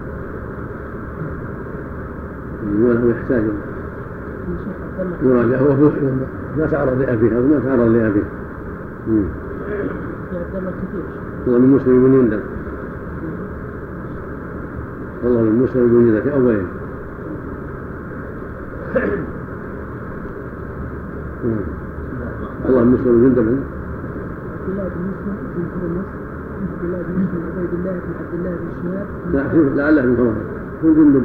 وله يحتاج مراجعة هو ما تعرض لأبيه أو ما تعرض لأبيه. والله من مسلم بن يندب والله من مسلم بن يندب في أوله. الله مسلم بن يندب لعله من هو جندب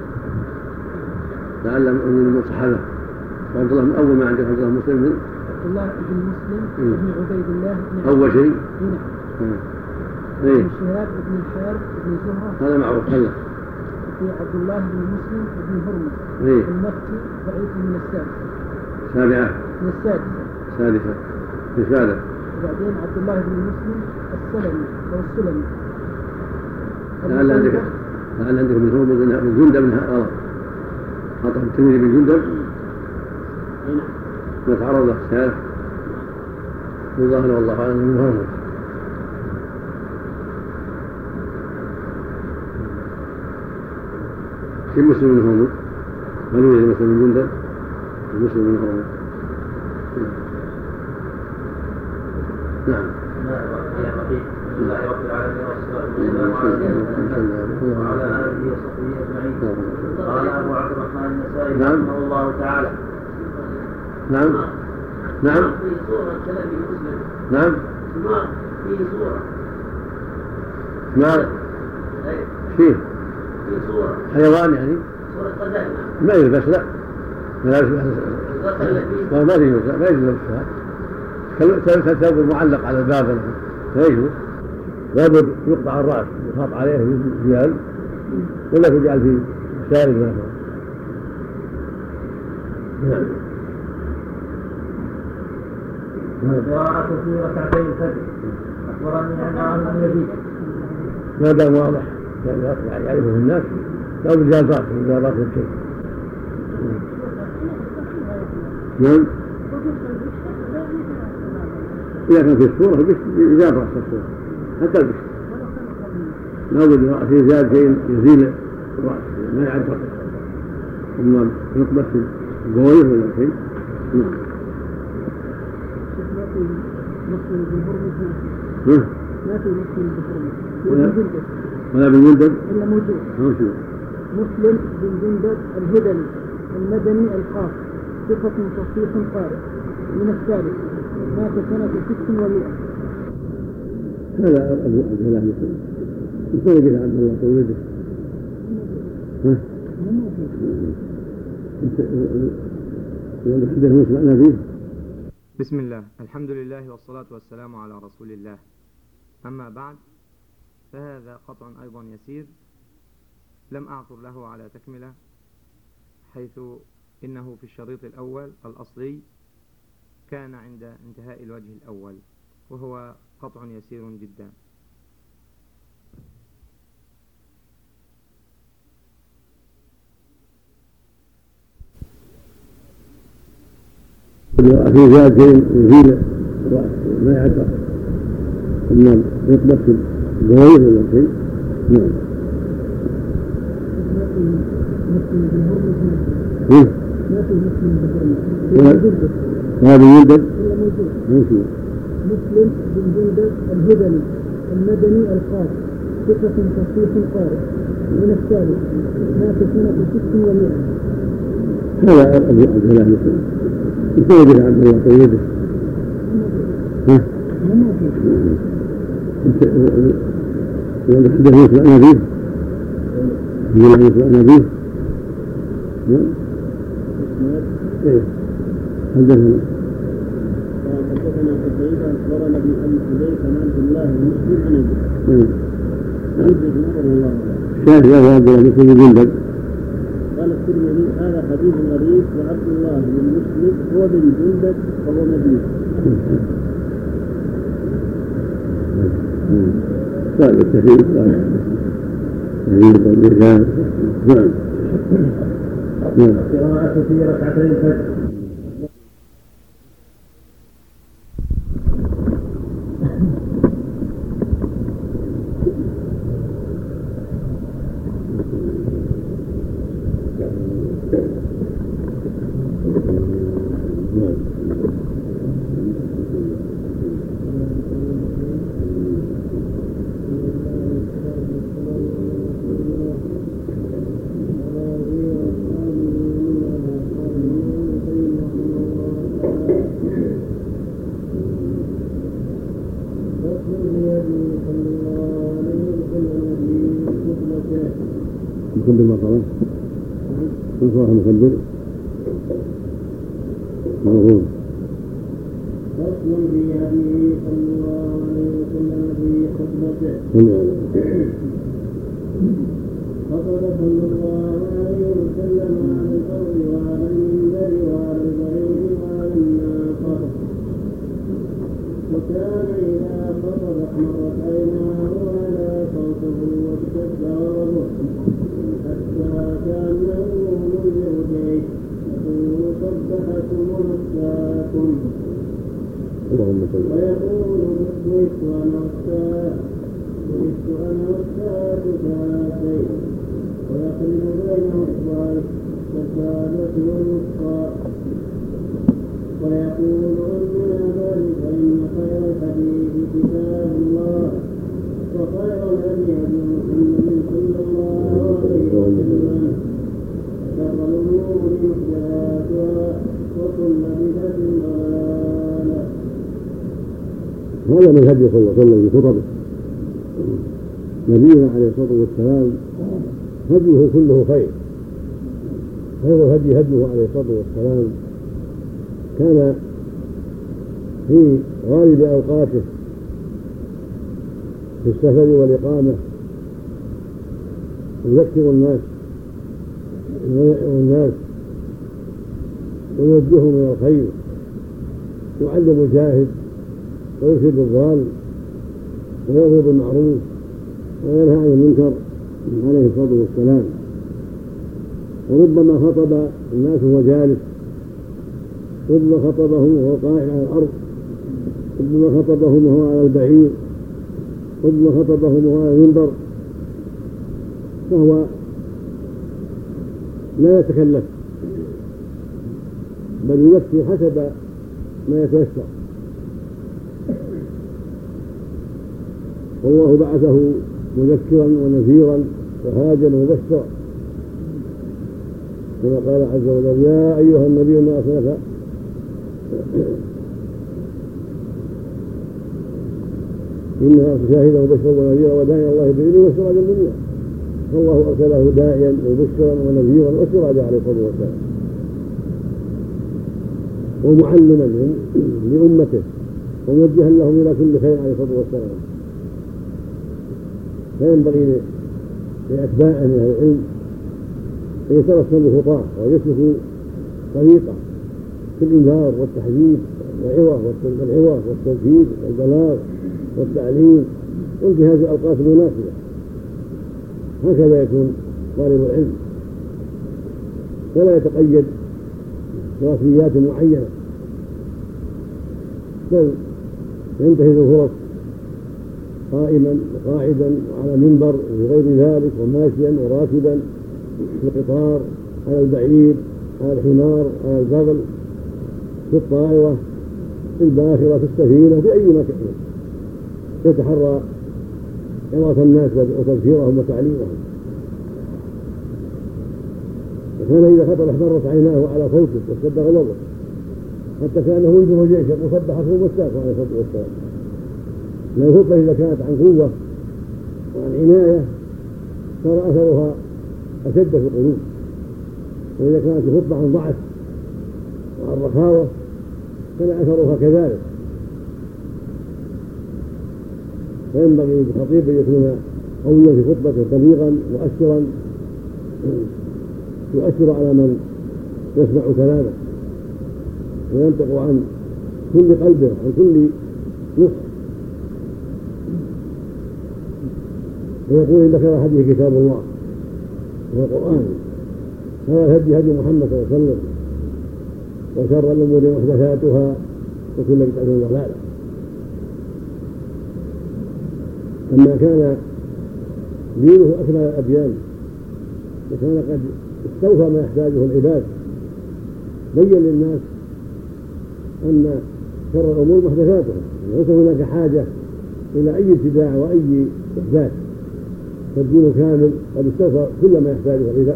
لعله من الصحابة. وعبد الله من أول ما عندك عبد الله مسلم عبد الله بن مسلم بن عبيد الله أول شيء بن شهاب بن الحارث بن زهرة هذا معروف. هلا في عبد الله بن مسلم بن هرمز المكي ضعيف من السادسة السادسة. وبعدين عبد الله بن مسلم السلمي أو السلمي. لعل عندك من هرمز من جندب من غلط خطأ التلميذ بن جندب ما تعرض له السالف الظاهر والله أعلم من هرمز. في مسلم من هرمز من يوجد مسلم من جندب مسلم من هرمز. نعم. بسم الله رب العالمين والصلاة والسلام على سيدنا وعلى آله وصحبه أجمعين. قال أبو عبد الرحمن النسائي رحمه الله تعالى. نعم. في صورة كلام مسلم. نعم. في صورة. فيه. في صورة. حيوان يعني. صورة قدم. ما يلبس لا. ما يلبس. ما يجوز لبسها. كالثوب المعلق على الباب لا يجوز. لابد يقطع الرأس يخاط عليه رجال ولا تجعل فيه سائل مثلا. القراءة في ركعتي الفجر. أخبرني عن النبي. ما دام واضح يعني يعرفه الناس لو بجازات الشيء. نعم. إذا كان في الصورة يزال رأس الصورة حتى البشر لا بد رأسه يزال شيء يزيل الرأس ما يعد رأسه ثم يقبس البويه ولا شيء. ما في مسلم ولا بن جندب إلا موجود. مسلم بن جندب الهذلي المدني الخاص ثقة صحيح قارئ من الثالث مات سنة 600. هذا أبو عبد الله مسلم يقول به عبد الله ولده. بسم الله الحمد لله والصلاة والسلام على رسول الله. أما بعد فهذا قطع أيضا يسير لم أعثر له على تكملة حيث إنه في الشريط الأول الأصلي كان عند انتهاء الوجه الأول وهو قطع يسير جدا. في زاد شيء يزيل ما يعد ثم يقبس البويه ولا شيء. نعم. ما في مسلم بن هذا يوجد مسلم بن جندب الهذلي المدني الخاص ثقة صحيح قارئ من الثالث مات سنة 600. هذا أبو عبد الله مسلم يقول به عبد الله ولده. حدث يسمع نبيه نبيه. حدثنا قتيبة أخبرنا ابن أبي حذيفة عن عبد الله بن مسلم عن شاهد هذا عبد الله مسلم جندب. قال الترمذي هذا حديث غريب وعبد الله بن مسلم هو بن جندب وهو مدني. قال التحريم قال الرجال. نعم. قراءة في ركعتي الفجر. مكبر المقامات من صلاح المكبر موضوع فصل في هديه صلى الله عليه وسلم في خطبته. خطب صلى الله عليه وسلم على الارض وعلى المنبر وعلى البعير وعلى الناقه، وكان اذا خطب احمرت عيناه وعلى صوته واشتد غضبه حتى كانه منذر جيش يقول صبحكم ومساكم، ويقول بئست انا والساعة كهاتين، ويقرن بين اصبعيه السبابة والوسطى، ويقول أما بعد فإن خير الحديث كتاب الله، وخير الهدي هدي محمد صلى الله عليه وسلم، وشر الأمور محدثاتها وكل بدعة ضلالة. هذا من هدي صلى الله عليه وسلم في خطبه. نبينا عليه الصلاة والسلام هديه كله خير الهدي هديه عليه الصلاة والسلام. كان في غالب أوقاته في السفر والإقامة يذكر الناس والناس ويوجههم إلى الخير، يعلم الجاهل ويرشد الضال ويأمر بالمعروف وينهى عن المنكر عليه الصلاة والسلام. وربما خطب الناس وهو جالس، ربما خطبهم وهو قائم على الأرض، ربما خطبهم وهو على البعير، ربما خطبهم وهو على المنبر، فهو لا يتكلف بل يذكر حسب ما يتيسر. والله بعثه مذكرا ونذيرا وهاجا ومبشرا، كما قال عز وجل: يا أيها النبي ما أرسلناك إنها شاهدا وبشرا ونذيرا وداعيا الله بإذنه وسراجا منيرا. فالله أرسله داعيا وبشرا ونذيرا وسراجا عليه الصلاة والسلام، ومعلما لأمته وموجها لهم إلى كل خير عليه الصلاة والسلام. فينبغي لأتباعه من أهل العلم أن يترسموا خطاه ويسلكوا طريقه في الإنذار والتحذير والعظة والتوكيد والبلاغ والتعليم وانتهاز الأوقات المناسبة. هكذا يكون طالب العلم، ولا يتقيد برسميات معينة، بل ينتهز الفرص قائما وقاعدا وعلى منبر وغير ذلك، وماشيا وراكبا في القطار، على البعير، على الحمار، على البغل، في الطائرة، في الباخرة، في السفينة، في أي مكان يتحرى عظة الناس وتذكيرهم وتعليمهم. وكان إذا خطب احمرت عيناه على صوته واشتد غضبه حتى كانه ينذر جيشا وصبحته ومساكه عليه الصلاة والسلام. لأن الخطبة إذا كانت عن قوة وعن عناية صار أثرها أشد في القلوب، وإذا كانت الخطبة عن ضعف وعن رخاوة كان أثرها كذلك. فينبغي للخطيب أن يكون قويا في خطبته بليغا مؤثرا يؤثر على من يسمع كلامه وينطق عن كل قلبه عن كل نصح، ويقول: إن خير الهدي كتاب الله وهو القرآن، خير الهدي هدي محمد صلى الله عليه وسلم، وشر الأمور محدثاتها وكل بدعة ضلالة. لما كان دينه أكمل الأديان وكان قد استوفى ما يحتاجه العباد، بين للناس أن شر الأمور محدثاتها، ليس هناك حاجة إلى أي ابتداع وأي إحداث، فالدين كامل قد استوفى كل ما يحتاجه العباد،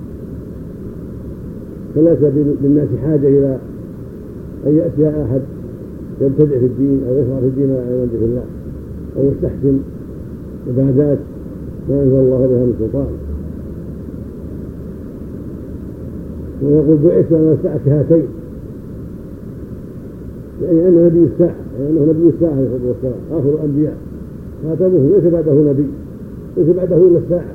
فليس بالناس حاجة إلى أن يأتي أحد يبتدع في الدين أو يشرع في الدين على يد الله أو يستحسن عبادات ما أنزل الله بها من سلطان. ويقول بعثت أنا الساعة كهاتين، يعني أنه نبي الساعة، يعني أنه نبي الساعة عليه الصلاة والسلام آخر الأنبياء، خاتمه ليس بعده نبي، ليس بعده إلا الساعة.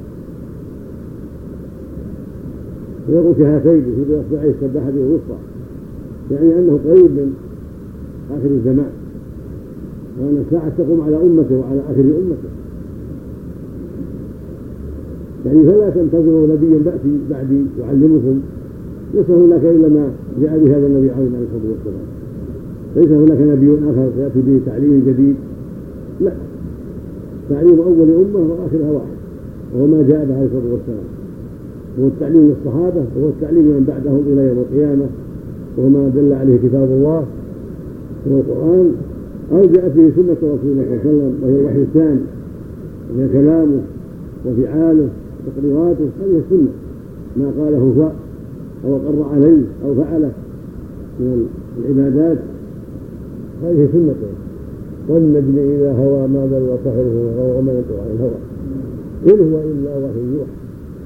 ويقول كهاتين في بأصبعيه السباحة الوسطى، يعني أنه قريب من آخر الزمان، وأن الساعة تقوم على أمته وعلى آخر أمته، يعني فلا تنتظروا نبيا بأتي بعدي يعلمكم، ليس هناك إلا ما جاء به هذا النبي عليه الصلاة والسلام، ليس هناك نبي آخر يأتي به تعليم جديد، لا، تعليم أول أمة وآخرها واحد، وهو ما جاء به عليه الصلاة والسلام، هو التعليم للصحابة وهو التعليم من بعدهم إلى يوم القيامة، وهو ما دل عليه كتاب الله والقرآن، أو جاءت به سنة رسول الله صلى الله عليه وسلم وهي الوحي الثاني، وهي كلامه وفعاله وتقريراته، هذه السنة، ما قاله أو أقر عليه أو فعله من العبادات، هذه سنته. والنجم إذا هوى ما ضل صاحبه وما ينطق عن الهوى إن هو إلا وحي يوحى،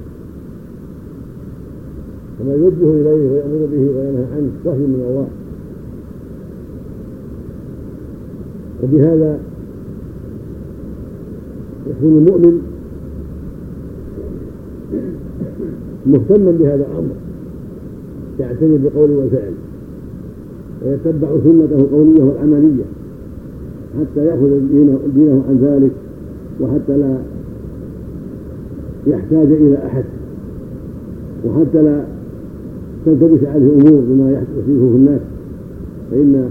وما يوجه إليه ويأمر به وينهى عنه وحي من الله. وبهذا يكون المؤمن مهتما بهذا الأمر، يعتني بقوله وفعله ويتبع سنته القولية والعملية حتى يأخذ دينه عن ذلك، وحتى لا يحتاج إلى أحد، وحتى لا تلتبس عليه أمور بما يحدثه في الناس، فإن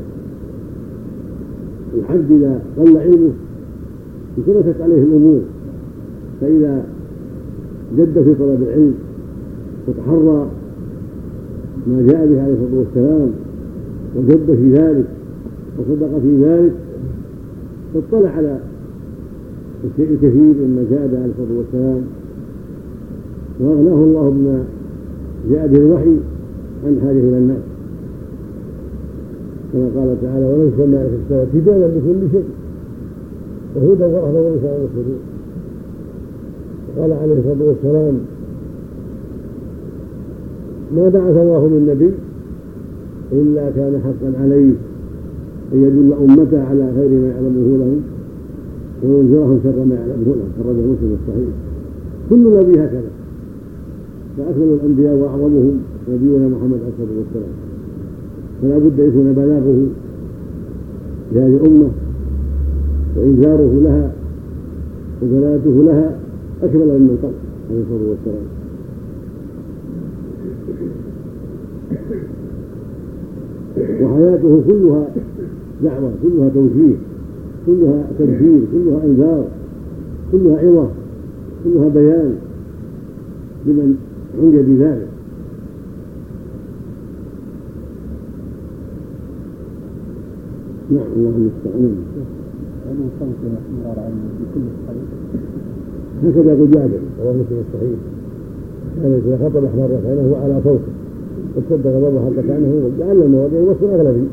العبد إذا قل علمه انكمست عليه الأمور، فإذا جد في طلب العلم وتحرى ما جاء به عليه الصلاة والسلام وجد في ذلك وصدق في ذلك، فاطلع على الشيء الكثير مما جاء به عليه الصلاة والسلام، وأغناه الله بما جاء به الوحي عن حاجة إلى الناس، كما قال تعالى ونزل الماء في السماء تبيانا لكل شيء وهدى ورحمة ولسان المسلمين. قال عليه الصلاة والسلام ما بعث الله من نبي إلا كان حقا عليه أن يدل أمته على خير ما يعلمه لهم وينذرهم شر ما يعلمه لهم، خرجه مسلم الصحيح. كل نبي هكذا، فأكمل الأنبياء وأعظمهم نبينا محمد عليه الصلاة والسلام، فلا بد يكون بلاغه لهذه الأمة وإنذاره لها ودلالته لها أكمل من قبل عليه الصلاة والسلام. وحياته كلها دعوة، كلها توجيه، كلها تبشير، كلها إنذار، كلها عظة، كلها بيان لمن عني بذلك. نعم الله المستعان. هكذا يقول جابر رواه مسلم الصحيح كان إذا خطب أحمر فإنه على صوته وصدق غضبه حتى كأنه يقول لعل المواضيع يوصل أغلبي.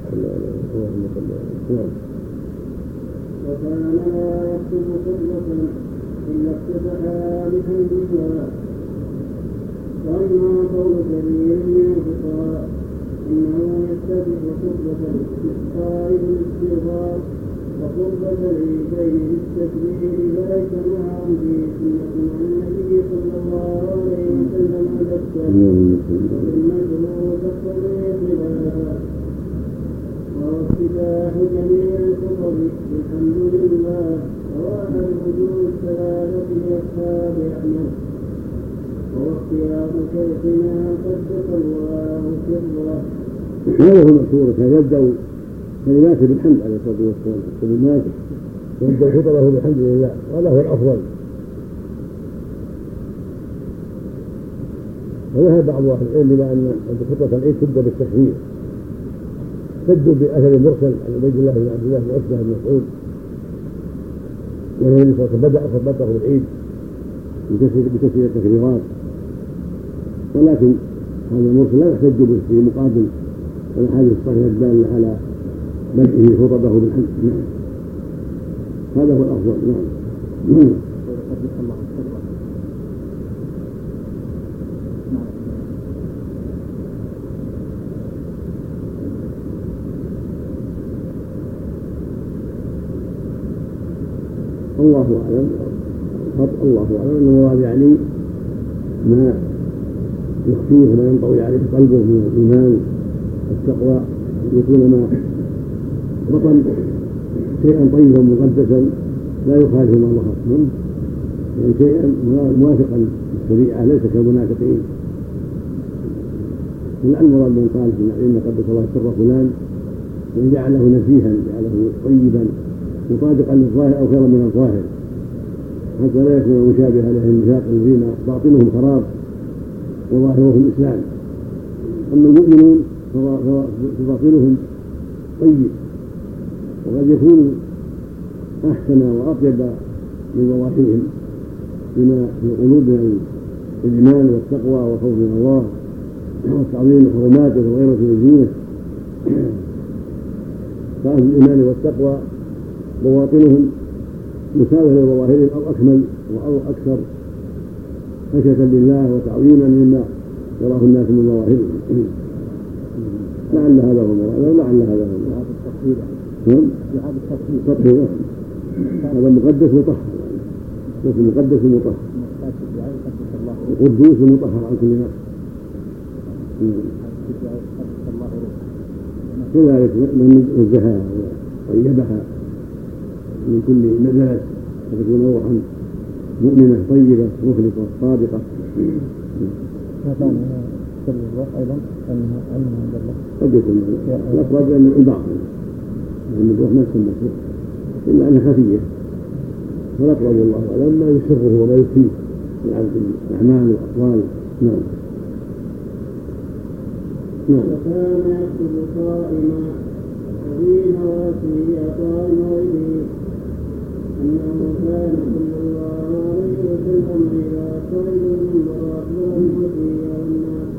وكان لا يكتب خطبة إلا افتتحها بحمد الله. وأما قول كثير من الفقهاء إنه يفتتح خطبة الاستسقاء بالاستغفار وخطبة العيدين بالتكبير، فليس معهم في سنة عن النبي صلى الله عليه وسلم ذكر والمشروع تقتضي خلافه. وهو افتتاح جميع الخطب الحمد لله، وواحد الوجوه الثلاثة لأصحاب أحمد، وهو اختيار شيخنا قدس الله سره. هذا هو المشهور، كان يبدأ كلماته بالحمد عليه الصلاة والسلام، كلمات يبدأ خطبه بالحمد لله، وهذا هو الأفضل. وذهب بعض أهل العلم إلى أن خطبة العيد تبدأ بالتكبير، احتجوا بأثر المرسل عن عبيد الله بن عبد الله بن عتبة بن مسعود وهي النبي صلى الله عليه وسلم بدأ خطبته بالعيد بتسوية التكبيرات، ولكن هذا المرسل لا يحتج به في مقابل الأحاديث الصحيحة الدالة على بدءه خطبه بالحمد. نعم هذا هو الأفضل. نعم. الله أعلم. الله أعلم أن المراد يعني ما يخفيه وما ينطوي عليه قلبه من الإيمان والتقوى، يكون ما بطن شيئا طيبا مقدسا لا يخالف ما ظهر، يعني شيئا موافقا للشريعة ليس كالمنافقين. لا المراد من قال إن قدس الله سر فلان وإن جعله نزيها جعله طيبا مطابقا للظاهر أو خيرا من الظاهر، حتى لا يكون مشابها لأهل النفاق الذين باطنهم خراب وظاهرهم إسلام. أما المؤمنون فباطنهم طيب وقد يكون أحسن وأطيب من ظواهرهم بما في القلوب من الإيمان والتقوى والخوف من الله وتعظيم حرماته وغيره من دينه. فأهل الإيمان والتقوى بواطنهم مساوية لظواهرهم أو أكمل أو أكثر خشية لله وتعظيما مما يراه الناس من ظواهرهم. لعل هذا هو المراد، لعل هذا هو المراد. التطهير هذا مقدس مطهر، يعني مقدس مطهر القدوس مطهر عن كل نفس. كذلك من نزهها وطيبها من كل نزلت فتكون روحا مؤمنة طيبة مخلصة صادقة. هذا سر الروح أيضا أنها عند الله قد يكون الأقرب أن الباطن لأن الروح ما تسمى سر إلا أنها خفية، فالأقرب والله أعلم ما يسره وما يخفيه من عبد الأعمال والأقوال. نعم. وكان يكتب صائما وفي نواسي عطاء غيره أنه كان صلى الله عليه وسلم إذا صعد المنبر أخبر المسيح والناس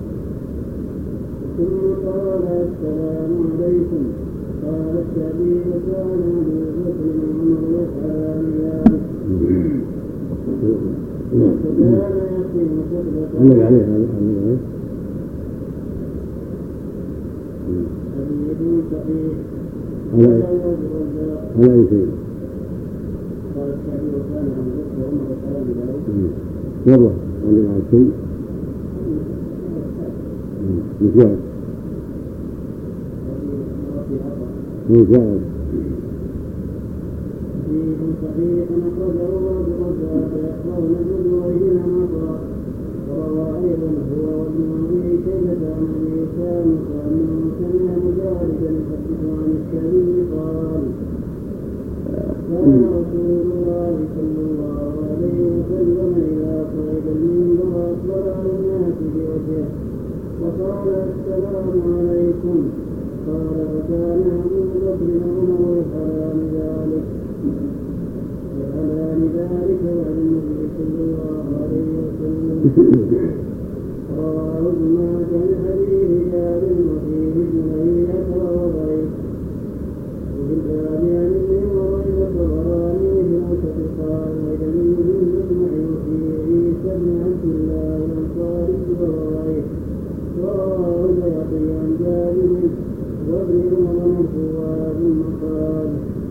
ثم قال السلام عليكم. قال الشعبي وكان أبو بكر وعمر يفعلان ذلك وكان يختم خطبته عليه هذا حديث صحيح على أي شيء. قال الشعبي وكان أبو بكر وعمر يفعلان ذلك والله عندنا على شيء مثال مثال حديث صحيح أخرجه أبو الرزاق يقرأون بجوعهما مطر وروى أيضا هو وابن أبي شيبة عن أبي أسامة أنه سمع مجاهدا يحدث عن الشعبي قال كان رسول الله صلى الله عليه وسلم إذا صعد المنبر أقبل على الناس بوجهه وقال السلام عليكم. قال فكان أبو بكر وعمر يفعلان ذلك وعن النبي صلى الله عليه وسلم. رواه ابن ماجه عن حديث جابر وفيه جنية وغيره وفي الباب عن ابن عمر الطبراني في الأوسط قال وجميع المجمع وفيه عيسى بن عبد الله الأنصاري وغيره. رواه البيهقي عن جابر وابن عمر مرفوعا المقال.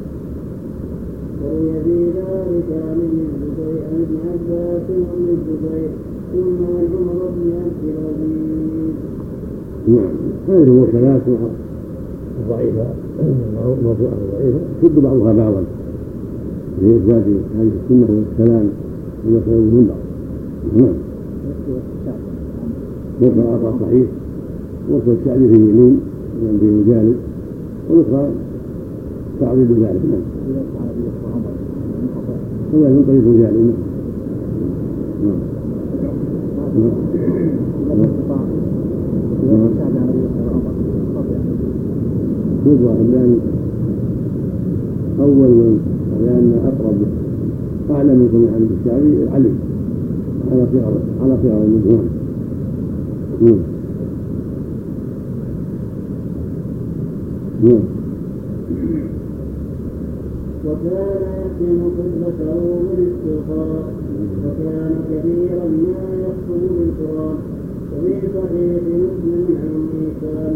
وروي في ذلك عن ابن عباس وابن الزبير ثم عن عمر بن عبد العزيز. نعم. هذه المرسلات ضعيفة مرفوعة ضعيفة تشد بعضها بعضا في إثبات هذه السنة والسلام والمسألة المنبر. نعم. مرسل عطاء صحيح، مرسل الشعبي في يمين وعنده جانب والأخرى تعريض ذلك. نعم. هو من طريق الجانب. مضى لأن أول من لأن أقرب أعلم من سمع عن الشعبي علي على خيار المجموع. وكان يحسن قبلته بالاستغفار وكان كثيرا ما يخطب بالقرآن. وفي صحيح مسلم عن ميسان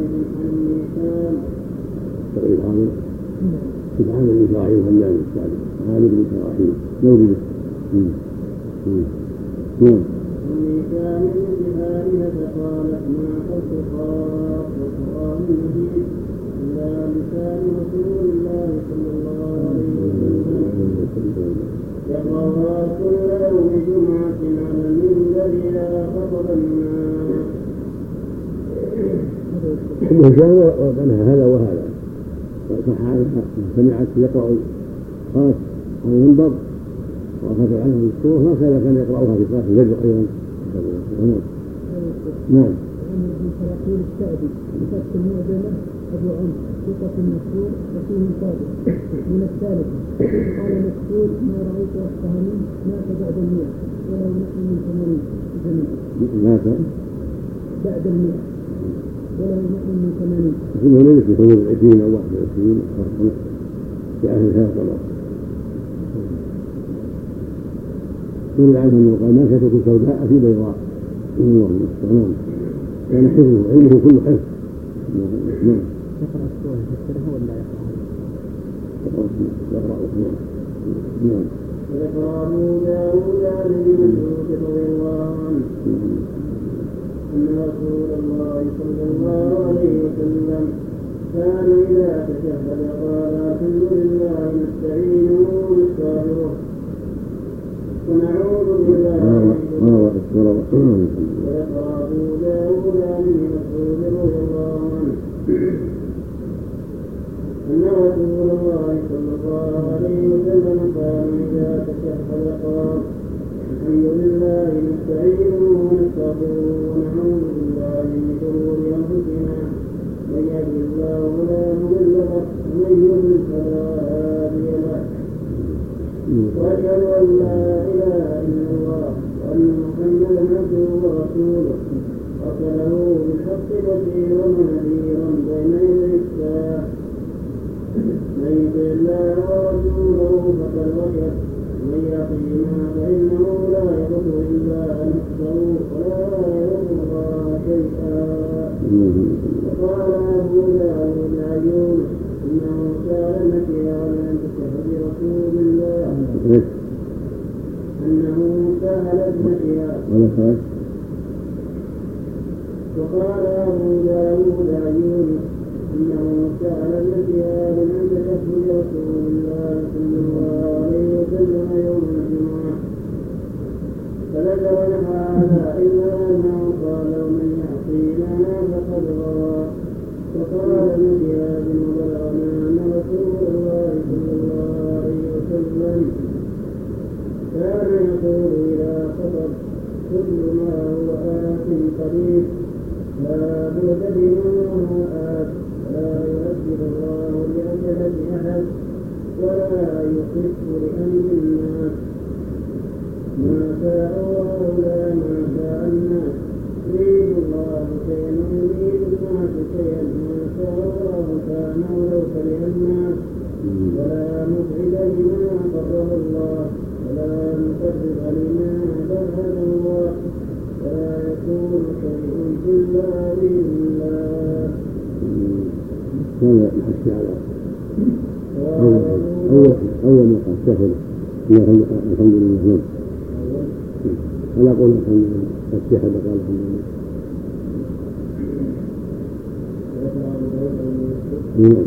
سبحان بن إسرائيل همام السابق عامر بن إسرائيل مولده وميسان بآلهة قالت ما قلت قاف والقرآن المجيد إلا لسان رسول الله صلى الله عليه وسلم يقرأها كل يوم جمعة على المنبر إذا خطب الناس. وكانها هذا وهذا سمعت يقرأ قالت على المنبر وأخذ عنها السورة ما كان يقرأها في صلاة الفجر أيضا. نعم. من تراقيل الشعبي بفتح المعجمة أبو عمرو ثقة مشهور وفيه ثابت من الثالث قال مسعود ما رأيت أفقه منه مات بعد 100 ولو نحن من 80 مات بعد 100 ولو نحن من 80. كله ليس في حدود 20 أو 21 في آخر هذا الطلاق. يقول عنه أنه قال ما كتبت سوداء في بيضاء. الله المستعان. كان حفظه علمه كله حفظ. نعم. يقرأ السورة يفسرها ولا يقرأها؟ يقرأها. نعم. وذكر أبو داود عن ابن مسعود رضي الله عنه أن رسول الله صلى الله عليه وسلم كان إذا تشهد قال الحمد لله نستعينه ونستغفره ونعوذ بالله. وذكر أبو داود عن ابن مسعود رضي الله عنه أن رسول الله صلى الله عليه وسلم كان إذا تشهد قال الحمد لله نستعينه ونستغفره ونعوذ بالله من شرور أنفسنا من يهد الله فلا مضل له ومن يضلل فلا هادي له وأشهد أن لا إله إلا الله وأن محمدا عبده ورسوله أرسله بالحق بشيرا ونذيرا بين يدي الساعة من يطع الله ورسوله فقد رشد ومن يعصهما فإنه لا يضر إلا نفسه ولا يضر الله شيئا. وقال أبو داود عن يونس إنه كان نكرا عن تشهد رسول الله أنه سهل نكرا. وقال أبو داود عن يونس إنه سأل النبيان عن تشهد رسول الله صلى الله عليه وسلم يوم الجمعة فذكر هذا إلا أنه قال ومن يعصينا فقد غوى. وقال النبيان وبلغنا أن رسول الله صلى الله عليه وسلم كان يقول إذا خطب كل ما هو آت قريب لا بد بما هو آت لا يؤجل الله لأجل أحد ولا يخف لأمر الناس ما شاء الله لا ما شاء الناس يريد الله شيئا ويريد الناس شيئا ما شاء الله كان ولو كره الناس ولا نبعد لما قرر الله ولا نقرب لما بعد الله ولا يكون شيء إلا بالله. هذا الحث على أول ما قال شهد الحمد لله. ولا قول الحمد لله الشهد قال الحمد لله.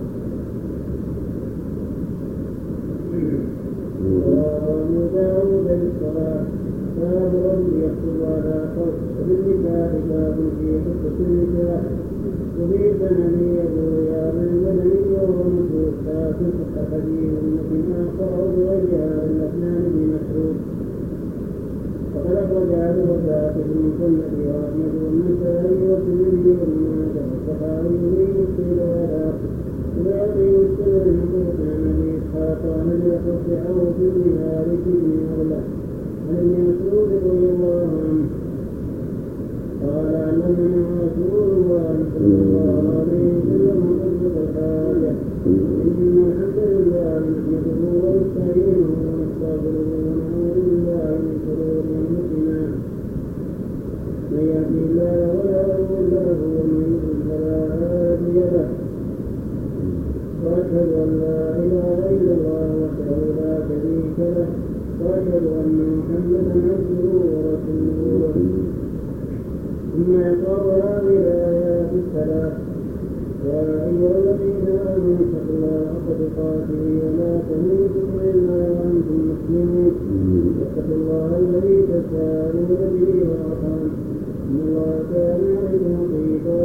وأبو داود بالصلاة باب رجل يخطب على قول وبالنساء باب في خطبة النساء وفي سنن أبو رياض البدني وهو مسعود حافظ حديث مثل ما قرأ بغير هذا الأثنان بمسعود وقد أخرج أبو بكر في المسند وأحمد والنسائي والترمذي وابن ماجه والبخاري في مسلم وغيره ويأتي مسلم المنطوق عن أبي إسحاق عن يحيى بن عوف بن مالك بن أغلى عن ابن مسعود رضي الله عنه قال علمنا رسول الله صلى الله عليه وسلم قصة الحاجة إن الحمد لله نحمده ونستعينه ونستغفره ونعوذ بالله من شرور أنفسنا من يهده الله ولا مضل له ومن يضلل فلا هادي له وأشهد أن لا إله إلا الله وحده لا شريك له وأشهد أن محمدا عبده ورسوله ثم يقرأ هذه الآيات الثلاث يا أيها الذين آمنوا اتقوا الله حق تقاته ولا تموتن إلا وأنتم مسلمون واتقوا الله الذي تساءلون به والأرحام إن الله كان عليكم رقيبا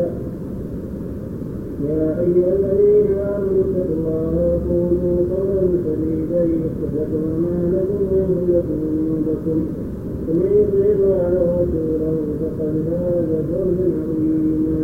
يا أيها الذين آمنوا اتقوا الله وقولوا قولا سديدا يصلح لكم أعمالكم ويغفر لكم ذنوبكم ومن يطع الله ورسوله فقد فاز فوزا عظيما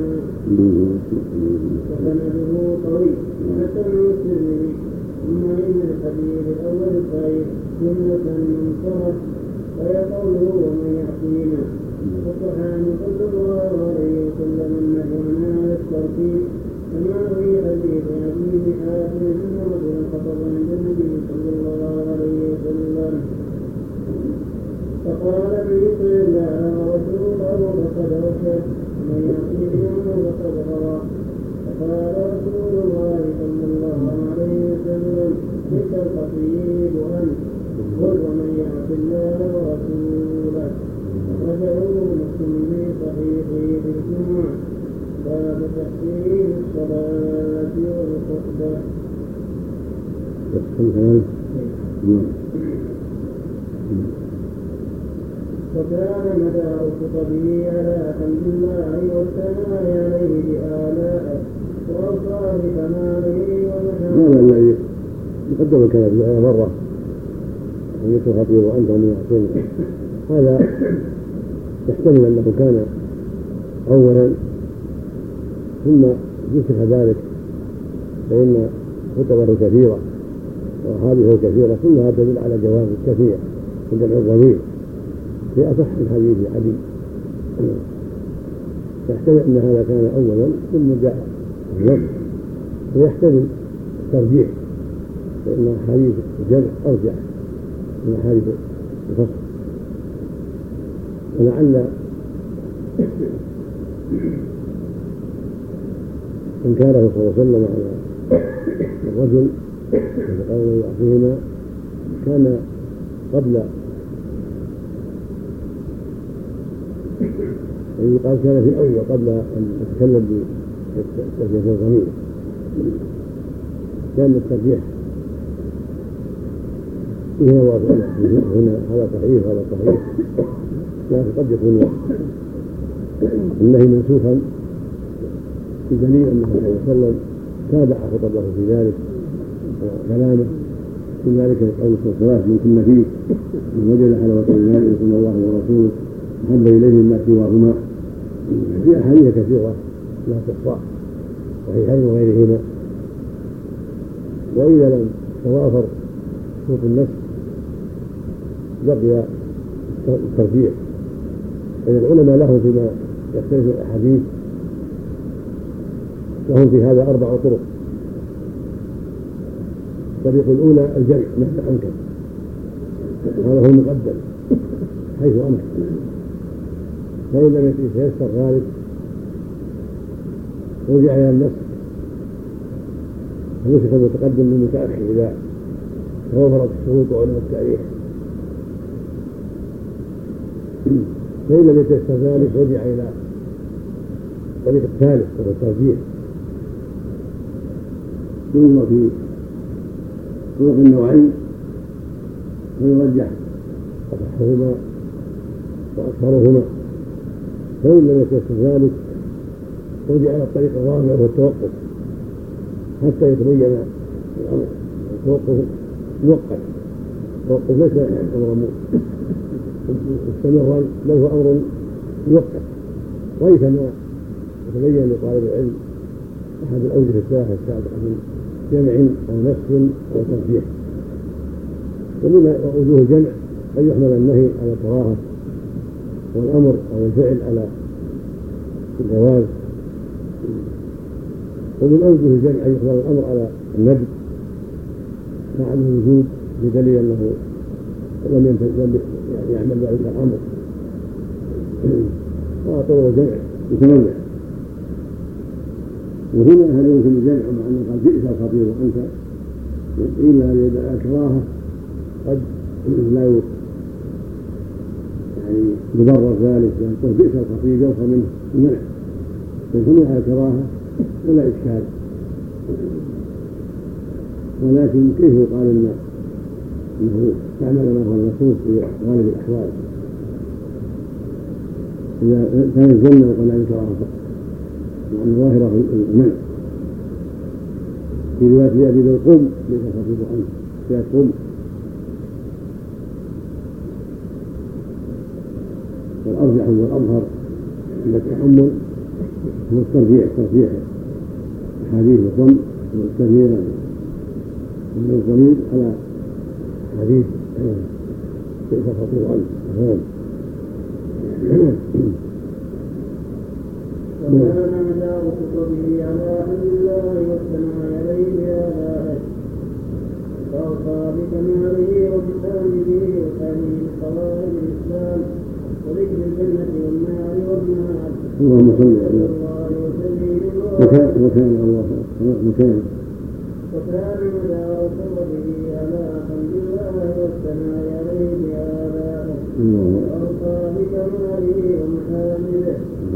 وسنده قوي وحسن الترمذي ثم إن الحديث الأول الخير سنة منكرة وهي قوله ومن يعصينا والصحابة صلى الله عليه وسلم النهي عن هذا الترتيب كما في حديث أبي حاتم أن رجلا خطب عند النبي صلى الله عليه وسلم فقال من يطع الله ورسوله فقد رشد ومن يعصيهما فقد غوى فقال رسول الله صلى الله عليه وسلم ليس الخطيب أنت قل ومن يعص الله ورسوله أخرجه مسلم في صحيحه في الجمعة باب تحسين الصلاة والخطبة. وكان مدار خطبه على حمد الله والثناء عليه بآلائه وأوصاه بكماله ومحامده. هذا الذي يقدم الكلام في الآية مرة أن يكون خطيب وأنت من يعصون هذا يحتمل أنه كان أولا ثم ذكر ذلك فإن خطبه كثيرة وأحاديثه كثيرة كلها تدل على جواز الكثير من جمع الضمير في أصح من حديث علي فيحتمل أن هذا كان أولا ثم جاء الرد ويحتمل الترجيح فإن حديث الجمع أرجح من حديث الفصل ولعل إنكاره صلى الله عليه وسلم على الرجل يتقول يعصيهما كان قبل يقال كان في الأول قبل أن أتكلم بتسمية الضمير كان الترجيح هنا واضح هنا هذا صحيح هذا صحيح لكن قد يكون النهي منسوخا بدليل أنه صلى الله عليه وسلم تابع خطبه في ذلك وكلامه من ذلك قول الصلاة من كنا فيه من وجد حلاوة الإيمان يصلى الله ورسوله أحب إليه ما سواهما في أحاديث كثيرة لا تحصى صحيحين وغيرهما وإذا لم توافر شروط النفس بقي الترجيح إن العلماء لهم فيما يختلف الأحاديث لهم في هذا 4 طرق. الطريق الأولى الجمع مهما أمكن هذا هو المقدم حيث أمكن فإن لم يتيسر ذلك رجع إلى النفس فنسخ المتقدم للمتأخر إذا توفرت الشروط وعلم التاريخ فإن لم يتيسر ذلك رجع إلى الطريق الثالث وهو الترجيح ينظر في طرق النوعين ويرجح أصحهما وأكثرهما فإن لم يتيسر ذلك رجع إلى الطريق الرابع وهو التوقف حتى يتبين الأمر. التوقف مؤقت، التوقف ليس أمر مستمرا بل هو أمر موقت. وليس ما يتبين لطالب العلم أحد الأوجه الثلاثة السابقة من جمع أو نسخ أو ترجيح. ومن وجوه الجمع أن يحمل النهي على الكراهة والأمر أو الفعل على الجواز، ومن أوجه الجمع أن يحمل الأمر على الندب مع الوجود بدليل أنه لم يعمل ذلك الأمر. وطرق الجمع يتنوع. وهنا هل يمكن الجمع مع أنه قال بئس الخطير وأنت إلا لأن الكراهة قد لا يعني يبرر ذلك، لأن بئس الخطير يوفى منه المنع، فيكون على الكراهة ولا إشكال. ولكن كيف يقال إنه تعمل ما هو المصروف في غالب الأحوال؟ إذا كان الظن وقال عن الكراهة مع أن ظاهره المنع. في رواية لأبي ذر قم ليس الخطيب عنه فيها قم، والأرجح والأظهر عند التحمل هو الترجيح أحاديث الظن والترجيح من الضمير على حديث كيف الخطيب عنه. وكان مدار خطبه على حمد الله والثناء عليه بآبائه، وأوصى بكماله وبكامله وتعليم قواعد الإسلام وذكر الجنة والنار والمعاد. اللهم صل على وكان الله وكان مدار خطبه على حمد الله والثناء عليه بآبائه، وأوصى بكماله ومحامده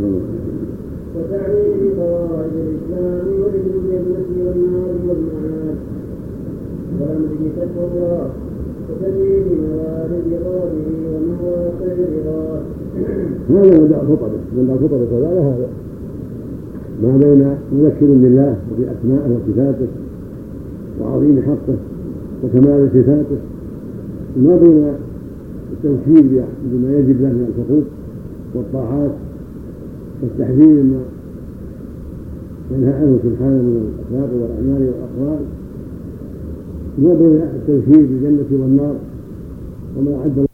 وتعليم قواعد الإسلام وذكر الجنة والنار والمعاد، والأمر بتقوى الله وتبيين موارد غضبه ومواقع رضاه. هذا مدار خطبه ولا هذا ما بين مذكر بالله وبأسمائه وصفاته وعظيم حقه وكمال صفاته، ما بين التوكيل بما يجب له من الحقوق والطاعات والتحذير ما ينهى عنه سبحانه من الأخلاق والأعمال والأقوال، ما بين التوكيل بالجنة والنار وما أعد